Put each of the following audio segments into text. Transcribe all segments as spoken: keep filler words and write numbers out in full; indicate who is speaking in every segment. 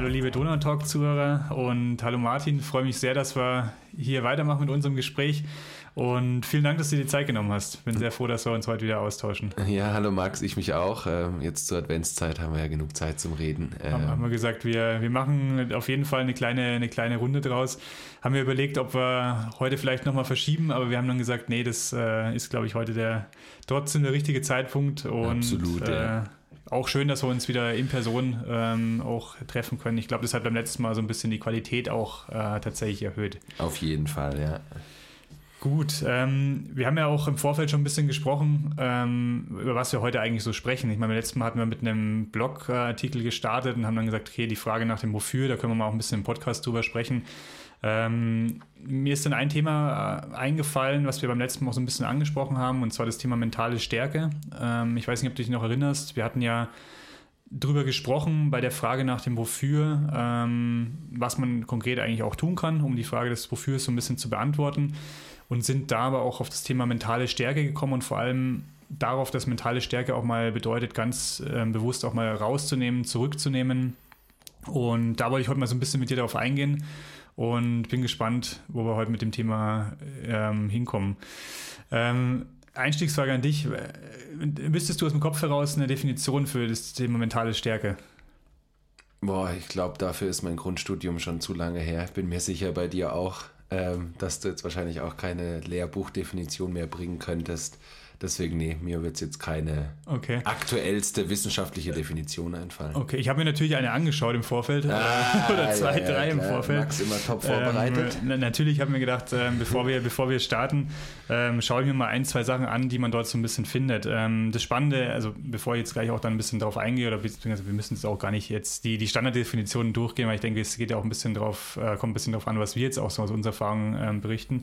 Speaker 1: Hallo liebe Donautalk-Zuhörer und hallo Martin, freue mich sehr, dass wir hier weitermachen mit unserem Gespräch und vielen Dank, dass du dir die Zeit genommen hast. Bin sehr froh, dass wir uns heute wieder austauschen.
Speaker 2: Ja, hallo Max, ich mich auch. Jetzt zur Adventszeit haben wir ja genug Zeit zum Reden.
Speaker 1: Haben, haben wir gesagt, wir, wir machen auf jeden Fall eine kleine, eine kleine Runde draus. Haben wir überlegt, ob wir heute vielleicht nochmal verschieben, aber wir haben dann gesagt, nee, das äh, ist, glaube ich, heute der trotzdem der richtige Zeitpunkt. Und,
Speaker 2: Absolut,
Speaker 1: äh,
Speaker 2: ja.
Speaker 1: Auch schön, dass wir uns wieder in Person ähm, auch treffen können. Ich glaube, das hat beim letzten Mal so ein bisschen die Qualität auch äh, tatsächlich erhöht.
Speaker 2: Auf jeden Fall, ja.
Speaker 1: Gut, ähm, wir haben ja auch im Vorfeld schon ein bisschen gesprochen, ähm, über was wir heute eigentlich so sprechen. Ich meine, beim letzten Mal hatten wir mit einem Blogartikel gestartet und haben dann gesagt, okay, die Frage nach dem Wofür, da können wir mal auch ein bisschen im Podcast drüber sprechen. Ähm, mir ist dann ein Thema äh, eingefallen, was wir beim letzten Mal auch so ein bisschen angesprochen haben, und zwar das Thema mentale Stärke. Ähm, ich weiß nicht, ob du dich noch erinnerst, wir hatten ja drüber gesprochen bei der Frage nach dem Wofür, ähm, was man konkret eigentlich auch tun kann, um die Frage des Wofürs so ein bisschen zu beantworten, und sind da aber auch auf das Thema mentale Stärke gekommen und vor allem darauf, dass mentale Stärke auch mal bedeutet, ganz äh, bewusst auch mal rauszunehmen, zurückzunehmen. Und da wollte ich heute mal so ein bisschen mit dir darauf eingehen und bin gespannt, wo wir heute mit dem Thema ähm, hinkommen. Ähm, Einstiegsfrage an dich. Wüsstest du aus dem Kopf heraus eine Definition für das Thema mentale Stärke?
Speaker 2: Boah, ich glaube, dafür ist mein Grundstudium schon zu lange her. Ich bin mir sicher, bei dir auch, ähm, dass du jetzt wahrscheinlich auch keine Lehrbuchdefinition mehr bringen könntest. Deswegen, nee, mir wird jetzt keine
Speaker 1: okay.
Speaker 2: aktuellste wissenschaftliche Definition einfallen.
Speaker 1: Okay, ich habe mir natürlich eine angeschaut im Vorfeld, ah, oder zwei,
Speaker 2: ja,
Speaker 1: drei
Speaker 2: ja,
Speaker 1: im
Speaker 2: klar.
Speaker 1: Vorfeld.
Speaker 2: Max immer top vorbereitet.
Speaker 1: Ähm, natürlich habe ich mir gedacht, ähm, bevor, wir, bevor wir starten, ähm, schaue ich mir mal ein, zwei Sachen an, die man dort so ein bisschen findet. Ähm, das Spannende, also bevor ich jetzt gleich auch dann ein bisschen drauf eingehe, oder beziehungsweise wir müssen jetzt auch gar nicht jetzt die, die Standarddefinitionen durchgehen, weil ich denke, es geht ja auch ein bisschen drauf, äh, kommt ein bisschen drauf an, was wir jetzt auch so aus unserer Erfahrung ähm, berichten.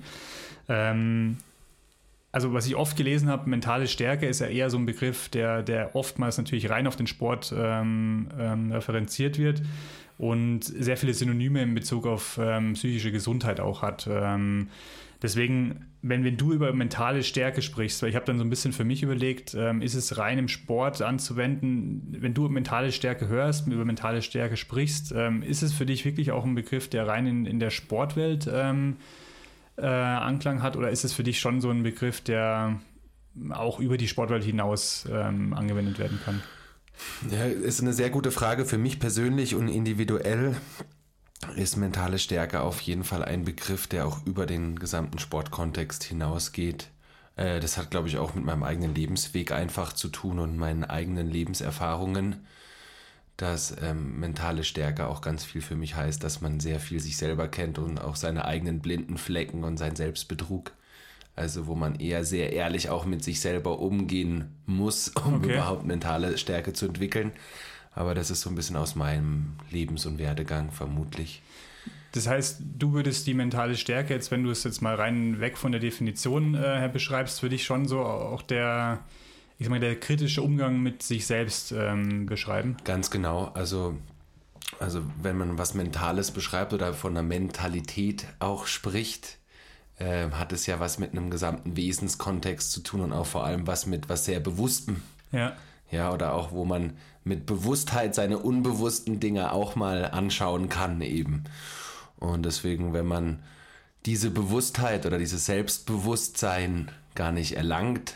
Speaker 1: Ähm, Also was ich oft gelesen habe, mentale Stärke ist ja eher so ein Begriff, der, der oftmals natürlich rein auf den Sport ähm, ähm, referenziert wird und sehr viele Synonyme in Bezug auf ähm, psychische Gesundheit auch hat. Ähm, deswegen, wenn, wenn du über mentale Stärke sprichst, weil ich habe dann so ein bisschen für mich überlegt, ähm, ist es rein im Sport anzuwenden, wenn du mentale Stärke hörst, über mentale Stärke sprichst, ähm, ist es für dich wirklich auch ein Begriff, der rein in, in der Sportwelt ähm, Äh, Anklang hat, oder ist es für dich schon so ein Begriff, der auch über die Sportwelt hinaus ähm, angewendet werden kann?
Speaker 2: Ja, ist eine sehr gute Frage. Für mich persönlich und individuell ist mentale Stärke auf jeden Fall ein Begriff, der auch über den gesamten Sportkontext hinausgeht. Äh, das hat, glaube ich, auch mit meinem eigenen Lebensweg einfach zu tun und meinen eigenen Lebenserfahrungen, dass ähm, mentale Stärke auch ganz viel für mich heißt, dass man sehr viel sich selber kennt und auch seine eigenen blinden Flecken und seinen Selbstbetrug. Also wo man eher sehr ehrlich auch mit sich selber umgehen muss, um okay. überhaupt mentale Stärke zu entwickeln. Aber das ist so ein bisschen aus meinem Lebens- und Werdegang vermutlich.
Speaker 1: Das heißt, du würdest die mentale Stärke, jetzt wenn du es jetzt mal rein weg von der Definition äh, her beschreibst, für dich schon so auch der... ich sag mal, der kritische Umgang mit sich selbst ähm, beschreiben?
Speaker 2: Ganz genau. Also, also wenn man was Mentales beschreibt oder von einer Mentalität auch spricht, äh, hat es ja was mit einem gesamten Wesenskontext zu tun und auch vor allem was mit was sehr Bewusstem.
Speaker 1: Ja.
Speaker 2: Ja, oder auch, wo man mit Bewusstheit seine unbewussten Dinge auch mal anschauen kann eben. Und deswegen, wenn man diese Bewusstheit oder dieses Selbstbewusstsein gar nicht erlangt,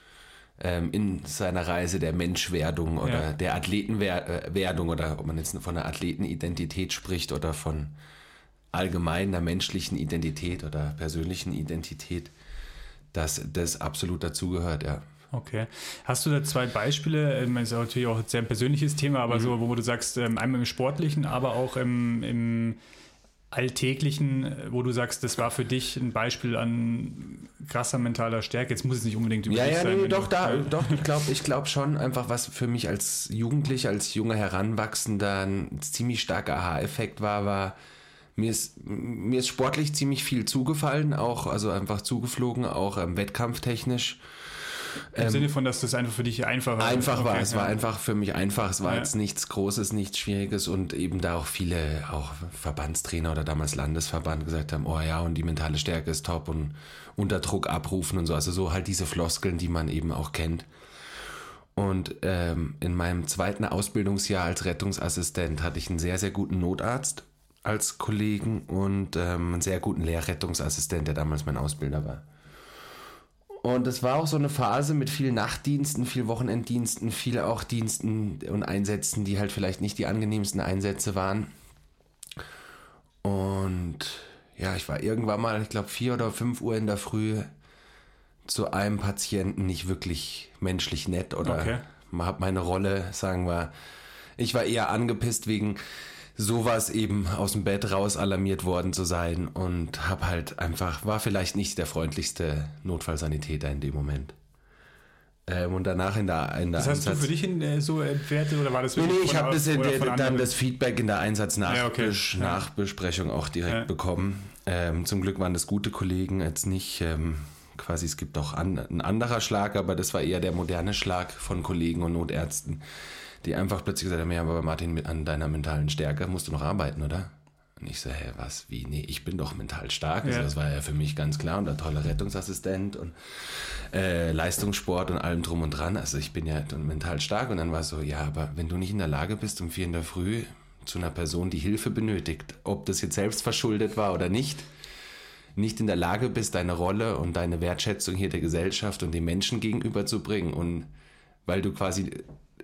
Speaker 2: in seiner Reise der Menschwerdung oder ja. der Athletenwerdung, oder ob man jetzt von einer Athletenidentität spricht oder von allgemeiner menschlichen Identität oder persönlichen Identität, dass das absolut dazugehört, ja.
Speaker 1: Okay. Hast du da zwei Beispiele? Ich meine, das ist natürlich auch ein sehr persönliches Thema, aber mhm. so, wo du sagst, einmal im Sportlichen, aber auch im, im Alltäglichen, wo du sagst, das war für dich ein Beispiel an krasser mentaler Stärke. Jetzt muss es nicht unbedingt über
Speaker 2: ja,
Speaker 1: dich
Speaker 2: ja,
Speaker 1: sein.
Speaker 2: Nee, doch, da, doch, ich glaube ich glaub schon einfach, was für mich als Jugendlicher, als junger Heranwachsender ein ziemlich starker Aha-Effekt war, war, mir ist, mir ist sportlich ziemlich viel zugefallen, auch, also einfach zugeflogen, auch ähm, wettkampftechnisch.
Speaker 1: Im ähm, Sinne von, dass das einfach für dich einfacher
Speaker 2: Einfach okay, war, es ja. war einfach für mich einfach, es war
Speaker 1: ja.
Speaker 2: jetzt nichts Großes, nichts Schwieriges, und eben da auch viele, auch Verbandstrainer oder damals Landesverband gesagt haben, oh ja, und die mentale Stärke ist top und unter Druck abrufen und so, also so halt diese Floskeln, die man eben auch kennt. Und ähm, in meinem zweiten Ausbildungsjahr als Rettungsassistent hatte ich einen sehr, sehr guten Notarzt als Kollegen und ähm, einen sehr guten Lehrrettungsassistent, der damals mein Ausbilder war. Und es war auch so eine Phase mit viel Nachtdiensten, viel Wochenenddiensten, viel auch Diensten und Einsätzen, die halt vielleicht nicht die angenehmsten Einsätze waren. Und ja, ich war irgendwann mal, ich glaube vier oder fünf Uhr in der Früh zu einem Patienten nicht wirklich menschlich nett oder
Speaker 1: okay.
Speaker 2: Habe meine Rolle, sagen wir, ich war eher angepisst wegen sowas eben aus dem Bett raus alarmiert worden zu sein und habe halt einfach, war vielleicht nicht der freundlichste Notfallsanitäter in dem Moment. Ähm, und danach in der, in der
Speaker 1: Das hast
Speaker 2: Einsatz,
Speaker 1: du für dich in, äh, so entwertet oder war das
Speaker 2: Nee,
Speaker 1: wirklich
Speaker 2: nee, ich habe das in,
Speaker 1: oder von
Speaker 2: dann
Speaker 1: anderen?
Speaker 2: das Feedback in der Einsatznachbesprechung
Speaker 1: Ja, okay.
Speaker 2: Nachbesprechung auch direkt
Speaker 1: Ja.
Speaker 2: bekommen. Ähm, zum Glück waren das gute Kollegen, jetzt nicht ähm, quasi, es gibt auch an, ein anderer Schlag, aber das war eher der moderne Schlag von Kollegen und Notärzten, die einfach plötzlich gesagt haben, ja, aber Martin, mit an deiner mentalen Stärke musst du noch arbeiten, oder? Und ich so, hä, was, wie, nee, ich bin doch mental stark. Also
Speaker 1: Ja.
Speaker 2: das war ja für mich ganz klar und ein toller Rettungsassistent und äh, Leistungssport und allem drum und dran. Also ich bin ja mental stark und dann war es so, ja, aber wenn du nicht in der Lage bist, um vier in der Früh zu einer Person, die Hilfe benötigt, ob das jetzt selbst verschuldet war oder nicht, nicht in der Lage bist, deine Rolle und deine Wertschätzung hier der Gesellschaft und den Menschen gegenüber zu bringen und weil du quasi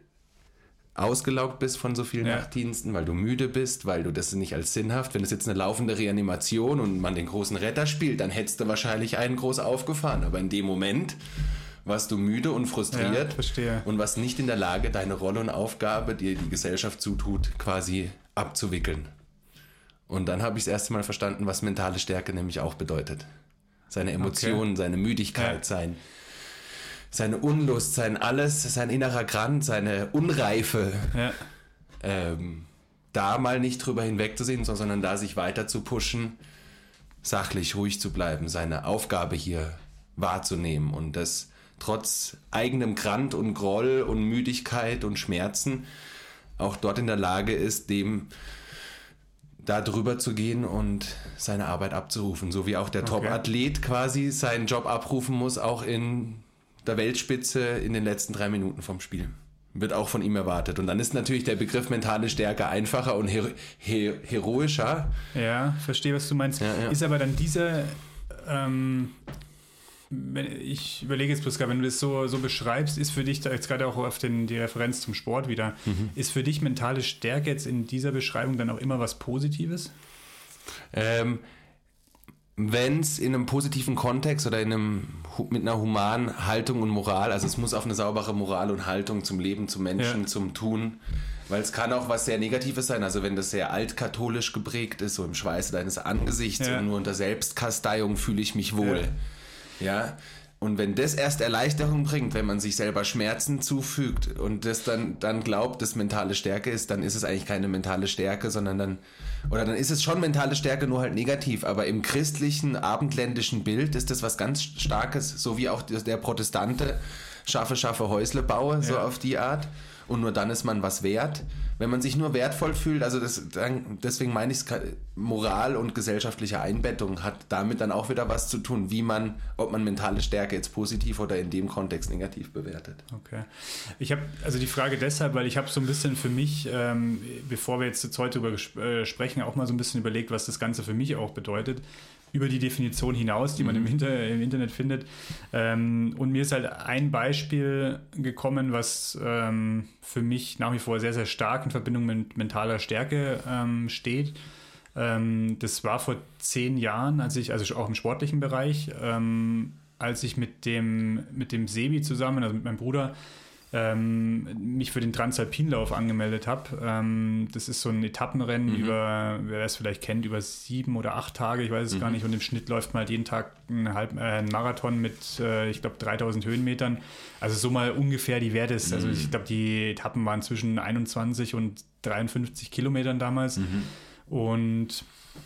Speaker 2: ausgelaugt bist von so vielen
Speaker 1: Ja.
Speaker 2: Nachtdiensten, weil du müde bist, weil du das nicht als sinnhaft, wenn es jetzt eine laufende Reanimation und man den großen Retter spielt, dann hättest du wahrscheinlich einen groß aufgefahren, aber in dem Moment warst du müde und frustriert
Speaker 1: Ja, verstehe.
Speaker 2: und warst nicht in der Lage, deine Rolle und Aufgabe, die die Gesellschaft zutut, quasi abzuwickeln. Und dann habe ich das erste Mal verstanden, was mentale Stärke nämlich auch bedeutet. Seine Emotionen,
Speaker 1: Okay.
Speaker 2: seine Müdigkeit,
Speaker 1: Ja.
Speaker 2: sein, seine Unlust, sein alles, sein innerer Grant, seine Unreife,
Speaker 1: Ja.
Speaker 2: ähm, da mal nicht drüber hinwegzusehen, sondern da sich weiter zu pushen, sachlich ruhig zu bleiben, seine Aufgabe hier wahrzunehmen und das trotz eigenem Grant und Groll und Müdigkeit und Schmerzen auch dort in der Lage ist, dem da drüber zu gehen und seine Arbeit abzurufen. So wie auch der
Speaker 1: Okay.
Speaker 2: Top-Athlet quasi seinen Job abrufen muss, auch in der Weltspitze in den letzten drei Minuten vom Spiel. Wird auch von ihm erwartet. Und dann ist natürlich der Begriff mentale Stärke einfacher und her- her- heroischer.
Speaker 1: Ja, verstehe, was du meinst.
Speaker 2: Ja, ja.
Speaker 1: Ist aber dann dieser, ähm, wenn, ich überlege jetzt bloß gerade, wenn du das so, so beschreibst, ist für dich, da jetzt gerade auch auf den, die Referenz zum Sport wieder,
Speaker 2: Mhm.
Speaker 1: ist für dich mentale Stärke jetzt in dieser Beschreibung dann auch immer was Positives?
Speaker 2: Ähm, wenn es in einem positiven Kontext oder in einem, hu- mit einer humanen Haltung und Moral, also es muss auf eine saubere Moral und Haltung zum Leben, zum Menschen,
Speaker 1: Ja.
Speaker 2: zum Tun, weil es kann auch was sehr Negatives sein, also wenn das sehr altkatholisch geprägt ist, so im Schweiße deines Angesichts
Speaker 1: Ja.
Speaker 2: und nur unter Selbstkasteiung fühle ich mich wohl. Ja. Und wenn das erst Erleichterung bringt, wenn man sich selber Schmerzen zufügt und das dann, dann glaubt, dass mentale Stärke ist, dann ist es eigentlich keine mentale Stärke, sondern dann, oder dann ist es schon mentale Stärke, nur halt negativ. Aber im christlichen, abendländischen Bild ist das was ganz Starkes, so wie auch der Protestante schaffe, schaffe, Häusle baue, so
Speaker 1: Ja.
Speaker 2: auf die Art. Und nur dann ist man was wert. Wenn man sich nur wertvoll fühlt, also das, dann, deswegen meine ich, Moral und gesellschaftliche Einbettung hat damit dann auch wieder was zu tun, wie man, ob man mentale Stärke jetzt positiv oder in dem Kontext negativ bewertet.
Speaker 1: Okay. Ich habe also die Frage deshalb, weil ich habe so ein bisschen für mich, ähm, bevor wir jetzt, jetzt heute darüber ges- äh, sprechen, auch mal so ein bisschen überlegt, was das Ganze für mich auch bedeutet. Über die Definition hinaus, die man im, Inter- im Internet findet. Ähm, und mir ist halt ein Beispiel gekommen, was ähm, für mich nach wie vor sehr, sehr stark in Verbindung mit mentaler Stärke ähm, steht. Ähm, das war vor zehn Jahren, als ich, also auch im sportlichen Bereich, ähm, als ich mit dem, mit dem Sebi zusammen, also mit meinem Bruder, ähm, mich für den Transalpinlauf angemeldet habe. Ähm, das ist so ein Etappenrennen
Speaker 2: Mhm.
Speaker 1: über, wer das vielleicht kennt, über sieben oder acht Tage, ich weiß es
Speaker 2: Mhm.
Speaker 1: gar nicht. Und im Schnitt läuft man halt jeden Tag einen, Halb, äh, einen Marathon mit, äh, ich glaube, dreitausend Höhenmetern. Also so mal ungefähr die Werte ist. Also
Speaker 2: Mhm.
Speaker 1: ich glaube, die Etappen waren zwischen einundzwanzig und dreiundfünfzig Kilometern damals.
Speaker 2: Mhm.
Speaker 1: Und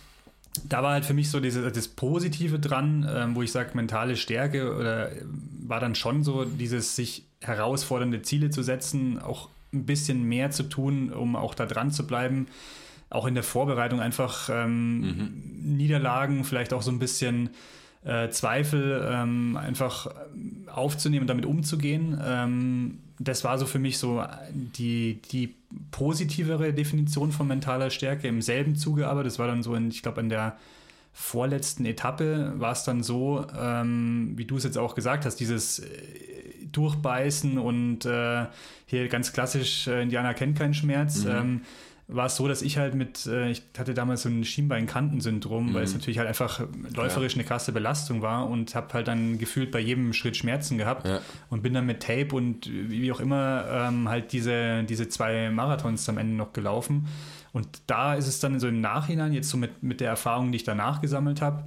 Speaker 1: da war halt für mich so dieses, das Positive dran, ähm, wo ich sage, mentale Stärke oder äh, war dann schon so dieses sich herausfordernde Ziele zu setzen, auch ein bisschen mehr zu tun, um auch da dran zu bleiben. Auch in der Vorbereitung einfach ähm,
Speaker 2: Mhm.
Speaker 1: Niederlagen, vielleicht auch so ein bisschen äh, Zweifel ähm, einfach aufzunehmen und damit umzugehen. Ähm, das war so für mich so die, die positivere Definition von mentaler Stärke. Im selben Zuge aber, das war dann so, in, ich glaube, in der vorletzten Etappe war es dann so, ähm, wie du es jetzt auch gesagt hast, dieses äh, Durchbeißen und äh, hier ganz klassisch, äh, Indianer kennt keinen Schmerz, mhm. ähm, war es so, dass ich halt mit, äh, ich hatte damals so ein Schienbein-Kanten-Syndrom, mhm. weil es natürlich halt einfach läuferisch ja. eine krasse Belastung war und habe halt dann gefühlt bei jedem Schritt Schmerzen gehabt ja. und bin dann mit Tape und wie auch immer ähm, halt diese, diese zwei Marathons am Ende noch gelaufen. Und da ist es dann so im Nachhinein, jetzt so mit, mit der Erfahrung, die ich danach gesammelt habe,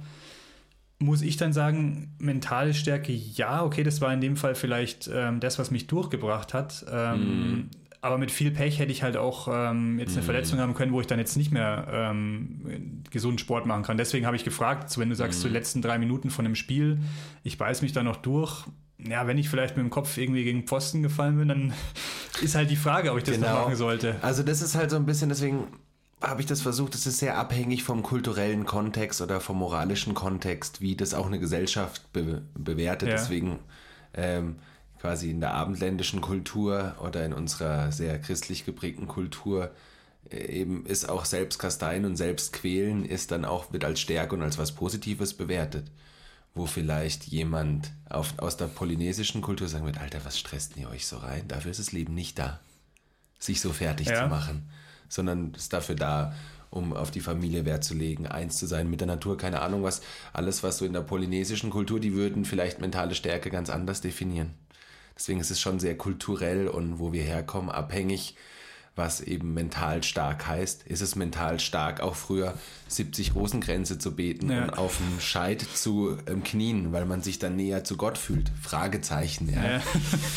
Speaker 1: muss ich dann sagen, mentale Stärke, ja, okay, das war in dem Fall vielleicht ähm, das, was mich durchgebracht hat. Ähm, mm. Aber mit viel Pech hätte ich halt auch ähm, jetzt eine mm. Verletzung haben können, wo ich dann jetzt nicht mehr ähm, gesunden Sport machen kann. Deswegen habe ich gefragt, so wenn du sagst, mm. so die letzten drei Minuten von dem Spiel, ich beiß mich da noch durch. Ja, wenn ich vielleicht mit dem Kopf irgendwie gegen Pfosten gefallen bin, dann ist halt die Frage, ob ich das genau. noch machen sollte.
Speaker 2: Also das ist halt so ein bisschen, deswegen habe ich das versucht, es ist sehr abhängig vom kulturellen Kontext oder vom moralischen Kontext, wie das auch eine Gesellschaft be- bewertet. Ja. Deswegen ähm, quasi in der abendländischen Kultur oder in unserer sehr christlich geprägten Kultur äh, eben ist auch Selbstkasteien und Selbstquälen ist dann auch, wird als Stärke und als was Positives bewertet. Wo vielleicht jemand auf, aus der polynesischen Kultur sagen wird, Alter, was stresst ihr euch so rein? Dafür ist das Leben nicht da, sich so fertig ja. zu machen, sondern ist dafür da, um auf die Familie Wert zu legen, eins zu sein mit der Natur, keine Ahnung was, alles was so in der polynesischen Kultur, die würden vielleicht mentale Stärke ganz anders definieren. Deswegen ist es schon sehr kulturell und wo wir herkommen, abhängig, was eben mental stark heißt. Ist es mental stark, auch früher siebzig Rosengrenze zu beten ja. und auf dem Scheit zu ähm, knien, weil man sich dann näher zu Gott fühlt? Fragezeichen, ja. ja.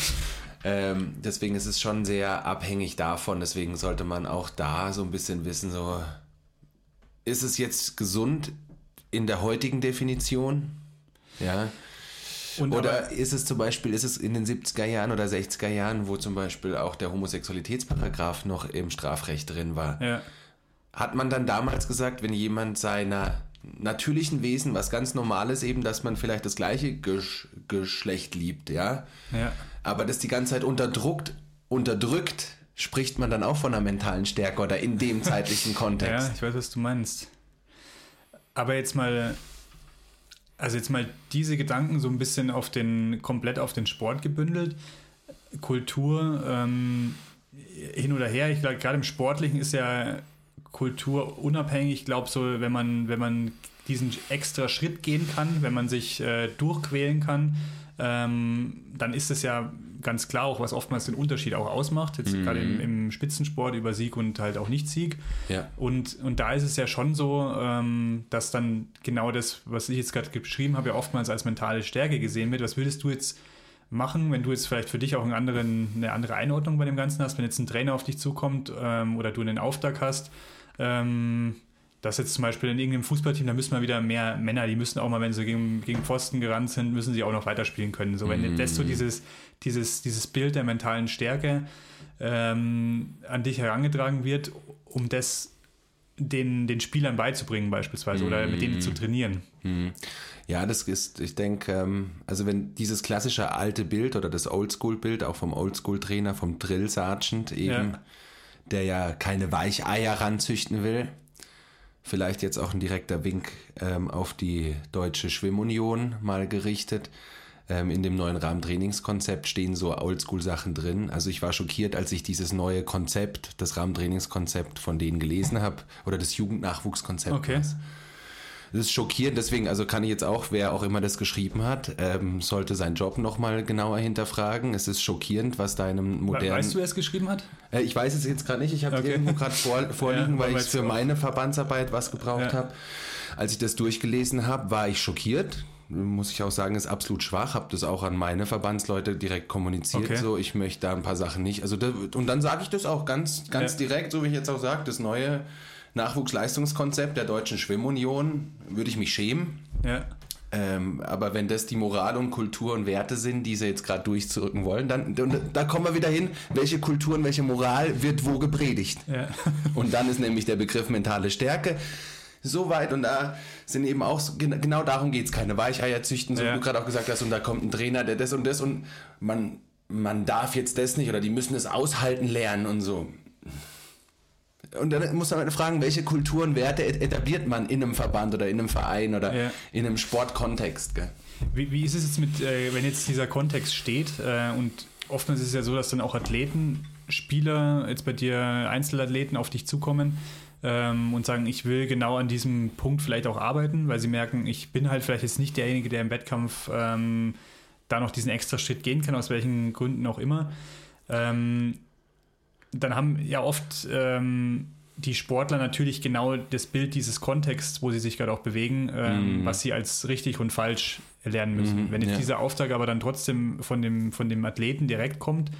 Speaker 2: ähm, deswegen ist es schon sehr abhängig davon. Deswegen sollte man auch da so ein bisschen wissen, so, ist es jetzt gesund in der heutigen Definition? Ja. Und oder aber, ist es zum Beispiel, ist es in den siebziger Jahren oder sechziger Jahren, wo zum Beispiel auch der Homosexualitätsparagraph noch im Strafrecht drin war, ja. hat man dann damals gesagt, wenn jemand seiner natürlichen Wesen, was ganz Normales eben, dass man vielleicht das gleiche Gesch- Geschlecht liebt, ja? ja, aber das die ganze Zeit unterdrückt, unterdrückt, spricht man dann auch von einer mentalen Stärke oder in dem zeitlichen Kontext.
Speaker 1: Ja, ich weiß, was du meinst. Aber jetzt mal... Also jetzt mal diese Gedanken so ein bisschen auf den, komplett auf den Sport gebündelt. Kultur ähm, hin oder her, ich glaube, gerade im Sportlichen ist ja Kultur unabhängig. Ich glaube so, wenn man, wenn man diesen extra Schritt gehen kann, wenn man sich äh, durchquälen kann, ähm, dann ist es ja ganz klar auch, was oftmals den Unterschied auch ausmacht, jetzt mhm. gerade im, im Spitzensport über Sieg und halt auch Nicht-Sieg. Ja. Und, und da ist es ja schon so, ähm, dass dann genau das, was ich jetzt gerade beschrieben habe, ja oftmals als mentale Stärke gesehen wird. Was würdest du jetzt machen, wenn du jetzt vielleicht für dich auch einen anderen, eine andere Einordnung bei dem Ganzen hast, wenn jetzt ein Trainer auf dich zukommt ähm, oder du einen Auftrag hast, ähm, dass jetzt zum Beispiel in irgendeinem Fußballteam, da müssen mal wieder mehr Männer, die müssen auch mal, wenn sie gegen, gegen Pfosten gerannt sind, müssen sie auch noch weiterspielen können. So, wenn mm. das so dieses, dieses, dieses Bild der mentalen Stärke ähm, an dich herangetragen wird, um das den, den Spielern beizubringen beispielsweise mm. oder mit denen zu trainieren.
Speaker 2: Mm. Ja, das ist, ich denke, also wenn dieses klassische alte Bild oder das Oldschool-Bild, auch vom Oldschool-Trainer, vom Drill-Sergeant eben, ja. der ja keine Weicheier ranzüchten will, vielleicht jetzt auch ein direkter Wink ähm, auf die Deutsche Schwimmunion mal gerichtet. Ähm, in dem neuen Rahmentrainingskonzept stehen so Oldschool-Sachen drin. Also ich war schockiert, als ich dieses neue Konzept, das Rahmentrainingskonzept von denen gelesen habe oder das Jugendnachwuchskonzept.
Speaker 1: Okay.
Speaker 2: Das ist schockierend, deswegen also kann ich jetzt auch, wer auch immer das geschrieben hat, ähm, sollte seinen Job nochmal genauer hinterfragen. Es ist schockierend, was da in einem modernen...
Speaker 1: Weißt du, wer es geschrieben hat?
Speaker 2: Äh, ich weiß es jetzt gerade nicht, ich habe es okay. irgendwo gerade vor, vorliegen, ja, weil ich es für auch. meine Verbandsarbeit was gebraucht ja. habe. Als ich das durchgelesen habe, war ich schockiert. Muss ich auch sagen, ist absolut schwach. Habe das auch an meine Verbandsleute direkt kommuniziert. Okay. So, ich möchte da ein paar Sachen nicht. Also das, und dann sage ich das auch ganz, ganz ja. direkt, so wie ich jetzt auch sage, das neue Nachwuchsleistungskonzept der Deutschen Schwimmunion, würde ich mich schämen. Ja. Ähm, aber wenn das die Moral und Kultur und Werte sind, die sie jetzt gerade durchzurücken wollen, dann, dann da kommen wir wieder hin, welche Kultur und welche Moral wird wo gepredigt. Ja. Und dann ist nämlich der Begriff mentale Stärke. so weit und da sind eben auch, so, genau darum geht es, keine Weicheier züchten, so
Speaker 1: ja.
Speaker 2: wie du gerade auch gesagt hast, und da kommt ein Trainer, der das und das und man, man darf jetzt das nicht oder die müssen es aushalten lernen und so. Und dann muss man fragen, welche Kulturen, Werte etabliert man in einem Verband oder in einem Verein oder ja. in einem Sportkontext. Gell?
Speaker 1: Wie, wie ist es jetzt mit, äh, wenn jetzt dieser Kontext steht äh, und oftmals ist es ja so, dass dann auch Athleten, Spieler, jetzt bei dir Einzelathleten auf dich zukommen ähm, und sagen, ich will genau an diesem Punkt vielleicht auch arbeiten, weil sie merken, ich bin halt vielleicht jetzt nicht derjenige, der im Wettkampf ähm, da noch diesen extra Schritt gehen kann, aus welchen Gründen auch immer. Ähm, dann haben ja oft ähm, die Sportler natürlich genau das Bild dieses Kontexts, wo sie sich gerade auch bewegen, ähm, mm. was sie als richtig und falsch lernen müssen. Mm, Wenn jetzt ja. dieser Auftrag aber dann trotzdem von dem, von dem Athleten direkt kommt,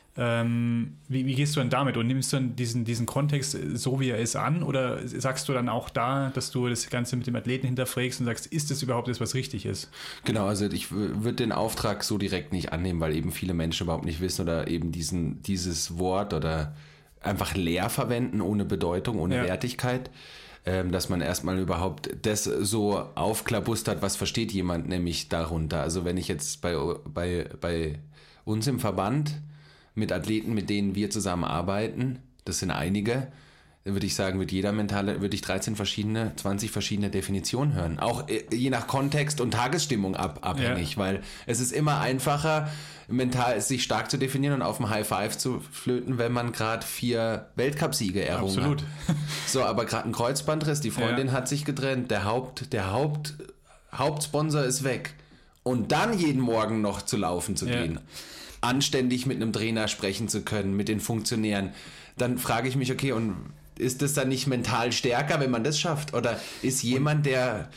Speaker 1: ähm, wie, wie gehst du dann damit? Und nimmst du dann diesen, diesen Kontext so, wie er ist, an? Oder sagst du dann auch da, dass du das Ganze mit dem Athleten hinterfragst und sagst, ist das überhaupt das, was richtig ist?
Speaker 2: Genau, also ich würde den Auftrag so direkt nicht annehmen, weil eben viele Menschen überhaupt nicht wissen oder eben diesen, dieses Wort oder einfach leer verwenden, ohne Bedeutung, ohne ja. Wertigkeit, ähm, dass man erstmal überhaupt das so aufklabustert, was versteht jemand nämlich darunter. Also wenn ich jetzt bei, bei, bei uns im Verband mit Athleten, mit denen wir zusammen arbeiten, das sind einige, dann würde ich sagen, wird jeder mentale, würde ich dreizehn verschiedene, zwanzig verschiedene Definitionen hören. Auch je nach Kontext und Tagesstimmung ab, abhängig, ja. weil es ist immer einfacher, mental sich stark zu definieren und auf dem High Five zu flöten, wenn man gerade vier Weltcupsiege errungen
Speaker 1: Absolut.
Speaker 2: hat. So, aber gerade ein Kreuzbandriss, die Freundin ja. hat sich getrennt, der Haupt, der Haupt, Hauptsponsor ist weg. Und dann jeden Morgen noch zu laufen zu ja. gehen, anständig mit einem Trainer sprechen zu können, mit den Funktionären, dann frage ich mich, okay, und ist das dann nicht mental stärker, wenn man das schafft? Oder ist jemand, der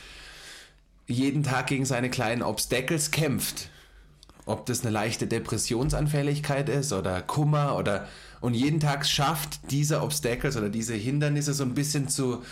Speaker 2: jeden Tag gegen seine kleinen Obstacles kämpft, ob das eine leichte Depressionsanfälligkeit ist oder Kummer oder und jeden Tag schafft, diese Obstacles oder diese Hindernisse so ein bisschen zu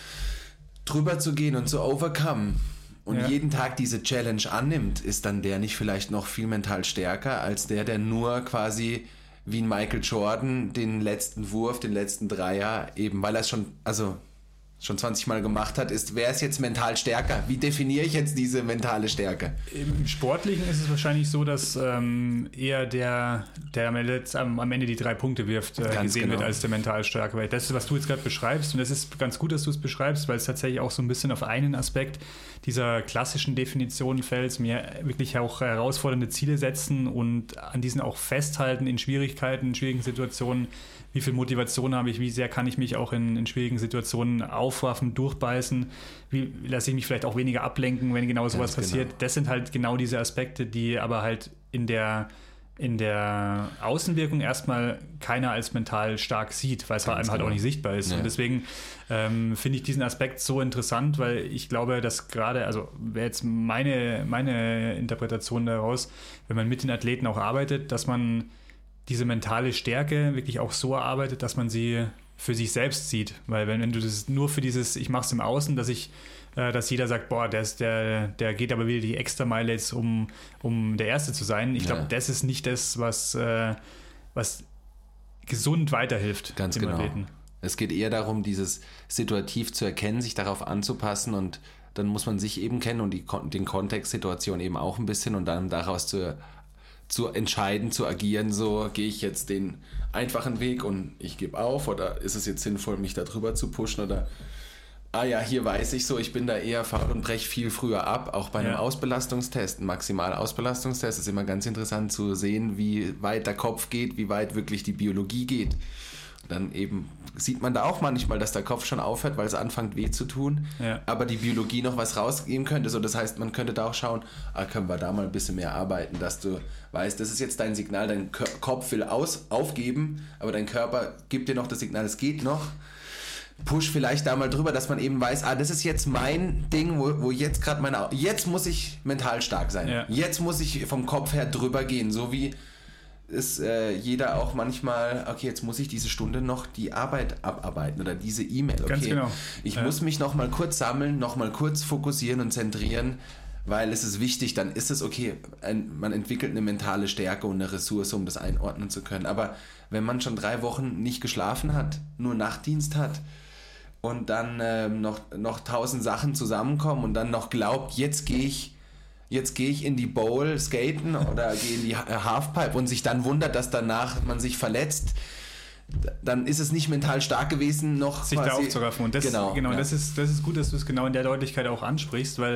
Speaker 2: drüber zu gehen und zu overcome und ja. jeden Tag diese Challenge annimmt, ist dann der nicht vielleicht noch viel mental stärker als der, der nur quasi wie ein Michael Jordan den letzten Wurf, den letzten Dreier, eben weil er es schon, also schon zwanzig Mal gemacht hat, ist, wer ist jetzt mental stärker? Wie definiere ich jetzt diese mentale Stärke?
Speaker 1: Im Sportlichen ist es wahrscheinlich so, dass ähm, eher der, der am, am Ende die drei Punkte wirft, äh, gesehen genau. wird als der mental Stärke. Weil das ist, was du jetzt gerade beschreibst, und das ist ganz gut, dass du es beschreibst, weil es tatsächlich auch so ein bisschen auf einen Aspekt dieser klassischen Definition fällt, mir wirklich auch herausfordernde Ziele setzen und an diesen auch festhalten in Schwierigkeiten, in schwierigen Situationen. Wie viel Motivation habe ich, wie sehr kann ich mich auch in, in schwierigen Situationen aufraffen, durchbeißen, wie lasse ich mich vielleicht auch weniger ablenken, wenn genau sowas Ganz passiert. Genau. Das sind halt genau diese Aspekte, die aber halt in der, in der Außenwirkung erstmal keiner als mental stark sieht, weil es einem halt auch nicht sichtbar ist. Ja. Und deswegen ähm, finde ich diesen Aspekt so interessant, weil ich glaube, dass gerade, also wäre jetzt meine, meine Interpretation daraus, wenn man mit den Athleten auch arbeitet, dass man diese mentale Stärke wirklich auch so erarbeitet, dass man sie für sich selbst sieht. Weil wenn, wenn du das nur für dieses, ich mache es im Außen, dass ich, äh, dass jeder sagt, boah, der, ist, der, der geht aber wieder die Extrameile jetzt, um, um der Erste zu sein. Ich glaube, ja. das ist nicht das, was, äh, was gesund weiterhilft.
Speaker 2: Ganz genau. Athleten. Es geht eher darum, dieses situativ zu erkennen, sich darauf anzupassen und dann muss man sich eben kennen und die, den Kontextsituation eben auch ein bisschen und dann daraus zu zu entscheiden, zu agieren, so gehe ich jetzt den einfachen Weg und ich gebe auf oder ist es jetzt sinnvoll, mich da drüber zu pushen oder ah ja, hier weiß ich so, ich bin da eher faul und breche viel früher ab, auch bei einem ja. Ausbelastungstest, ein Maximal-Ausbelastungstest ist immer ganz interessant zu sehen, wie weit der Kopf geht, wie weit wirklich die Biologie geht. Dann eben sieht man da auch manchmal, dass der Kopf schon aufhört, weil es anfängt weh zu tun, ja. aber die Biologie noch was rausgeben könnte. So, das heißt, man könnte da auch schauen, ah, können wir da mal ein bisschen mehr arbeiten, dass du weißt, das ist jetzt dein Signal, dein K- Kopf will aus, aufgeben, aber dein Körper gibt dir noch das Signal, es geht noch. Push vielleicht da mal drüber, dass man eben weiß, ah, das ist jetzt mein Ding, wo, wo jetzt gerade meine, jetzt muss ich mental stark sein. Ja. Jetzt muss ich vom Kopf her drüber gehen, so wie ist äh, jeder auch manchmal, okay, jetzt muss ich diese Stunde noch die Arbeit abarbeiten oder diese E-Mail. Okay,
Speaker 1: Ganz genau.
Speaker 2: Ich
Speaker 1: ja.
Speaker 2: muss mich noch mal kurz sammeln, noch mal kurz fokussieren und zentrieren, weil es ist wichtig, dann ist es okay, ein, man entwickelt eine mentale Stärke und eine Ressource, um das einordnen zu können. Aber wenn man schon drei Wochen nicht geschlafen hat, nur Nachtdienst hat und dann ähm, noch, noch tausend Sachen zusammenkommen und dann noch glaubt, jetzt gehe ich jetzt gehe ich in die Bowl skaten oder gehe in die Halfpipe und sich dann wundert, dass danach man sich verletzt, dann ist es nicht mental stark gewesen, noch
Speaker 1: sich da aufzuraffen. Und das,
Speaker 2: genau,
Speaker 1: genau
Speaker 2: ja.
Speaker 1: das, ist, das ist gut, dass du es genau in der Deutlichkeit auch ansprichst, weil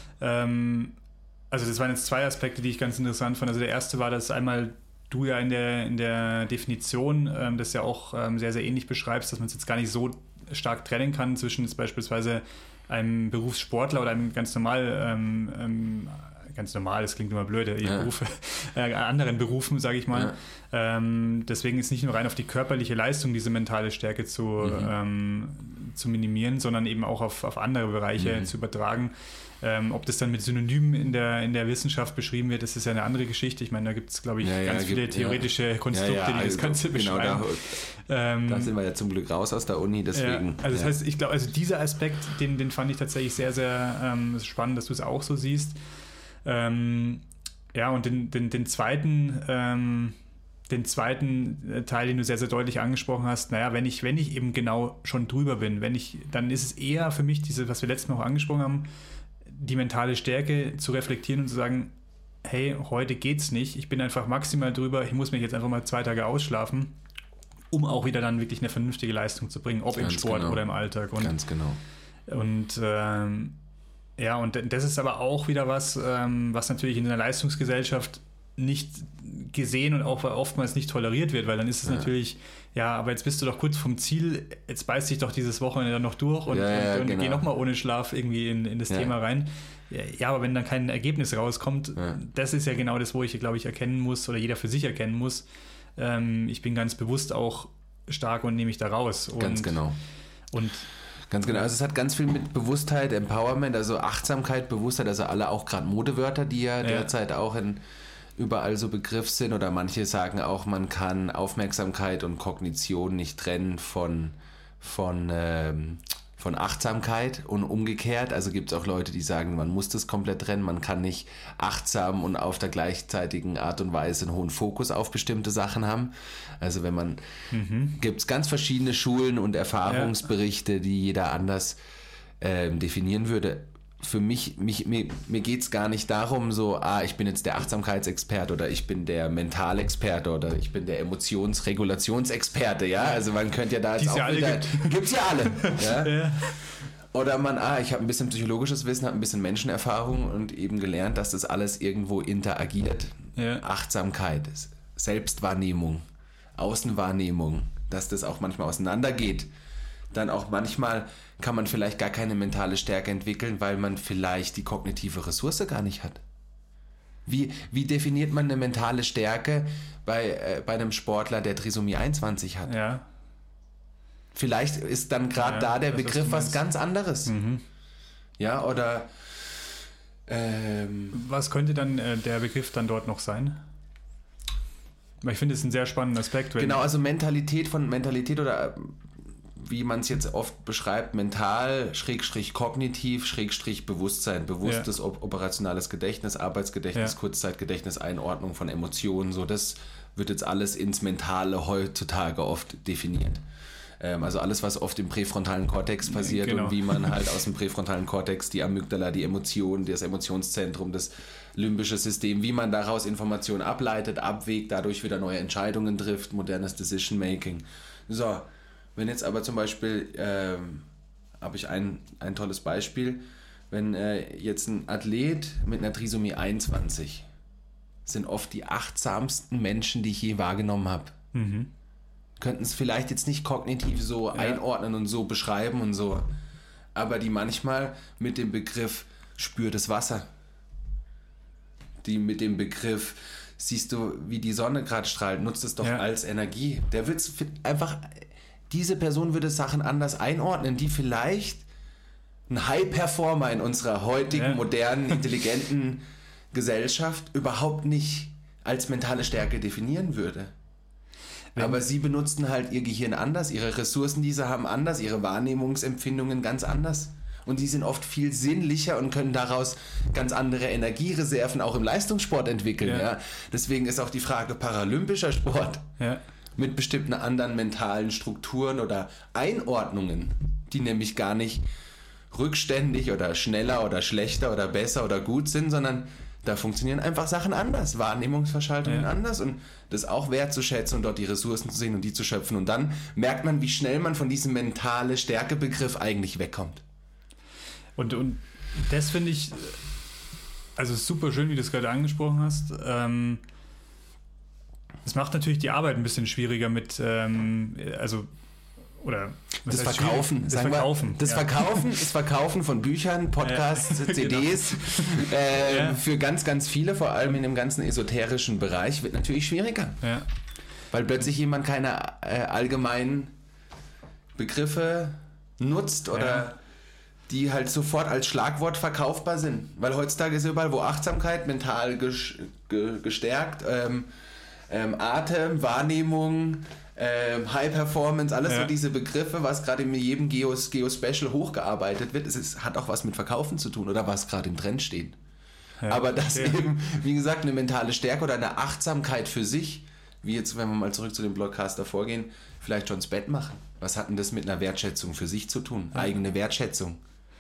Speaker 1: ähm, also das waren jetzt zwei Aspekte, die ich ganz interessant fand. Also der erste war, dass einmal du ja in der, in der Definition ähm, das ja auch ähm, sehr, sehr ähnlich beschreibst, dass man es jetzt gar nicht so stark trennen kann zwischen jetzt beispielsweise einem Berufssportler oder einem ganz normal, ähm, ähm, ganz normal, das klingt immer blöd, ja. Berufe, äh, anderen Berufen, sage ich mal. Ja. Ähm, deswegen ist nicht nur rein auf die körperliche Leistung diese mentale Stärke zu, mhm. ähm, zu minimieren, sondern eben auch auf, auf andere Bereiche mhm. zu übertragen. Ähm, ob das dann mit Synonymen in der, in der Wissenschaft beschrieben wird, das ist ja eine andere Geschichte. Ich meine, da gibt es, glaube ich, ja, ganz ja, viele gibt, theoretische ja. Konstrukte, ja, ja, also die das Ganze genau beschreiben.
Speaker 2: Da, ähm, da sind wir ja zum Glück raus aus der Uni, deswegen.
Speaker 1: Ja, also das heißt, ich glaube, also dieser Aspekt, den, den fand ich tatsächlich sehr, sehr ähm, spannend, dass du es auch so siehst. Ähm, ja, und den, den, den zweiten ähm, den zweiten Teil, den du sehr, sehr deutlich angesprochen hast, naja, wenn ich, wenn ich eben genau schon drüber bin, wenn ich, dann ist es eher für mich diese, was wir letztes Mal auch angesprochen haben, die mentale Stärke zu reflektieren und zu sagen, hey, heute geht's nicht, ich bin einfach maximal drüber, ich muss mich jetzt einfach mal zwei Tage ausschlafen, um auch wieder dann wirklich eine vernünftige Leistung zu bringen, ob Ganz im Sport genau. oder im Alltag. Und,
Speaker 2: Ganz genau.
Speaker 1: Und ähm, ja, und das ist aber auch wieder was, ähm, was natürlich in einer Leistungsgesellschaft nicht gesehen und auch oftmals nicht toleriert wird, weil dann ist es ja. natürlich, ja, aber jetzt bist du doch kurz vom Ziel, jetzt beißt dich doch dieses Wochenende dann noch durch und,
Speaker 2: ja, ja,
Speaker 1: und, und
Speaker 2: genau.
Speaker 1: geh nochmal ohne Schlaf irgendwie in, in das ja. Thema rein. Ja, aber wenn dann kein Ergebnis rauskommt, ja. das ist ja genau das, wo ich, glaube ich, erkennen muss oder jeder für sich erkennen muss, ähm, ich bin ganz bewusst auch stark und nehme mich da raus. Und,
Speaker 2: ganz genau.
Speaker 1: Und
Speaker 2: Ganz genau, also es hat ganz viel mit Bewusstheit, Empowerment, also Achtsamkeit, Bewusstheit, also alle auch gerade Modewörter, die ja, ja derzeit auch in überall so Begriff sind, oder manche sagen auch, man kann Aufmerksamkeit und Kognition nicht trennen von, von, ähm, von Achtsamkeit und umgekehrt. Also gibt es auch Leute, die sagen, man muss das komplett trennen, man kann nicht achtsam und auf der gleichzeitigen Art und Weise einen hohen Fokus auf bestimmte Sachen haben. Also wenn man, mhm. gibt es ganz verschiedene Schulen und Erfahrungsberichte, ja. die jeder anders ähm, definieren würde. Für mich, mich mir, mir geht es gar nicht darum, so, ah, ich bin jetzt der Achtsamkeitsexperte oder ich bin der Mentalexperte oder ich bin der Emotionsregulationsexperte, ja, also man könnte ja da jetzt
Speaker 1: Die's
Speaker 2: auch
Speaker 1: ja
Speaker 2: wieder, gibt es ja alle, ja?
Speaker 1: ja.
Speaker 2: Oder man, ah, ich habe ein bisschen psychologisches Wissen, habe ein bisschen Menschenerfahrung und eben gelernt, dass das alles irgendwo interagiert. Ja. Achtsamkeit, Selbstwahrnehmung, Außenwahrnehmung, dass das auch manchmal auseinandergeht. Dann auch manchmal kann man vielleicht gar keine mentale Stärke entwickeln, weil man vielleicht die kognitive Ressource gar nicht hat. Wie, wie definiert man eine mentale Stärke bei, äh, bei einem Sportler, der Trisomie einundzwanzig hat?
Speaker 1: Ja.
Speaker 2: Vielleicht ist dann gerade ja, da der Begriff was, was ganz anderes. Mhm. Ja, oder ähm,
Speaker 1: was könnte dann äh, der Begriff dann dort noch sein? Weil ich finde, es ist ein sehr spannender Aspekt.
Speaker 2: Genau, also Mentalität von Mentalität oder wie man es jetzt oft beschreibt, mental, Schrägstrich kognitiv, Schrägstrich Bewusstsein, bewusstes ja. operationales Gedächtnis, Arbeitsgedächtnis, ja. Kurzzeitgedächtnis, Einordnung von Emotionen, so das wird jetzt alles ins Mentale heutzutage oft definiert. Ähm, also alles, was oft im präfrontalen Kortex passiert genau. und wie man halt aus dem präfrontalen Kortex die Amygdala, die Emotionen, das Emotionszentrum, das limbische System, wie man daraus Informationen ableitet, abwägt, dadurch wieder neue Entscheidungen trifft, modernes Decision Making. So, wenn jetzt aber zum Beispiel, ähm, habe ich ein, ein tolles Beispiel, wenn äh, jetzt ein Athlet mit einer Trisomie einundzwanzig sind oft die achtsamsten Menschen, die ich je wahrgenommen habe. Mhm. Könnten es vielleicht jetzt nicht kognitiv so ja. einordnen und so beschreiben und so, aber die manchmal mit dem Begriff spür das Wasser, die mit dem Begriff siehst du, wie die Sonne gerade strahlt, nutzt es doch ja. als Energie. Der wird einfach... Diese Person würde Sachen anders einordnen, die vielleicht ein High-Performer in unserer heutigen, ja. modernen, intelligenten Gesellschaft überhaupt nicht als mentale Stärke definieren würde. Wenn Aber sie benutzen halt ihr Gehirn anders, ihre Ressourcen, die sie haben, anders, ihre Wahrnehmungsempfindungen ganz anders. Und die sind oft viel sinnlicher und können daraus ganz andere Energiereserven auch im Leistungssport entwickeln. Ja. Ja. Deswegen ist auch die Frage paralympischer Sport. Ja. Mit bestimmten anderen mentalen Strukturen oder Einordnungen die nämlich gar nicht rückständig oder schneller oder schlechter oder besser oder gut sind, sondern da funktionieren einfach Sachen anders, Wahrnehmungsverschaltungen ja. anders und das auch wertzuschätzen und dort die Ressourcen zu sehen und die zu schöpfen. Und dann merkt man, wie schnell man von diesem mentale Stärkebegriff eigentlich wegkommt.
Speaker 1: Und, und das finde ich, also super schön, wie du es gerade angesprochen hast. Ähm, es macht natürlich die Arbeit ein bisschen schwieriger mit, ähm, also oder
Speaker 2: das Verkaufen,
Speaker 1: das Verkaufen,
Speaker 2: wir, das, ja. Verkaufen das Verkaufen von Büchern, Podcasts, ja, C Ds genau. äh, ja. für ganz, ganz viele, vor allem in dem ganzen esoterischen Bereich, wird natürlich schwieriger.
Speaker 1: Ja.
Speaker 2: Weil plötzlich jemand keine äh, allgemeinen Begriffe nutzt oder ja. die halt sofort als Schlagwort verkaufbar sind. Weil heutzutage ist überall, wo Achtsamkeit, mental ges- ge- gestärkt, ähm, ähm, Atem, Wahrnehmung, Ähm, High Performance, alles ja. so diese Begriffe, was gerade in jedem Geo, Geo-Special hochgearbeitet wird, es ist, hat auch was mit Verkaufen zu tun oder was gerade im Trend steht. Ja. Aber dass ja. eben, wie gesagt, eine mentale Stärke oder eine Achtsamkeit für sich, wie jetzt, wenn wir mal zurück zu dem Blogcast davor gehen, vielleicht schon ins Bett machen. Was hat denn das mit einer Wertschätzung für sich zu tun? Ja. Eigene Wertschätzung.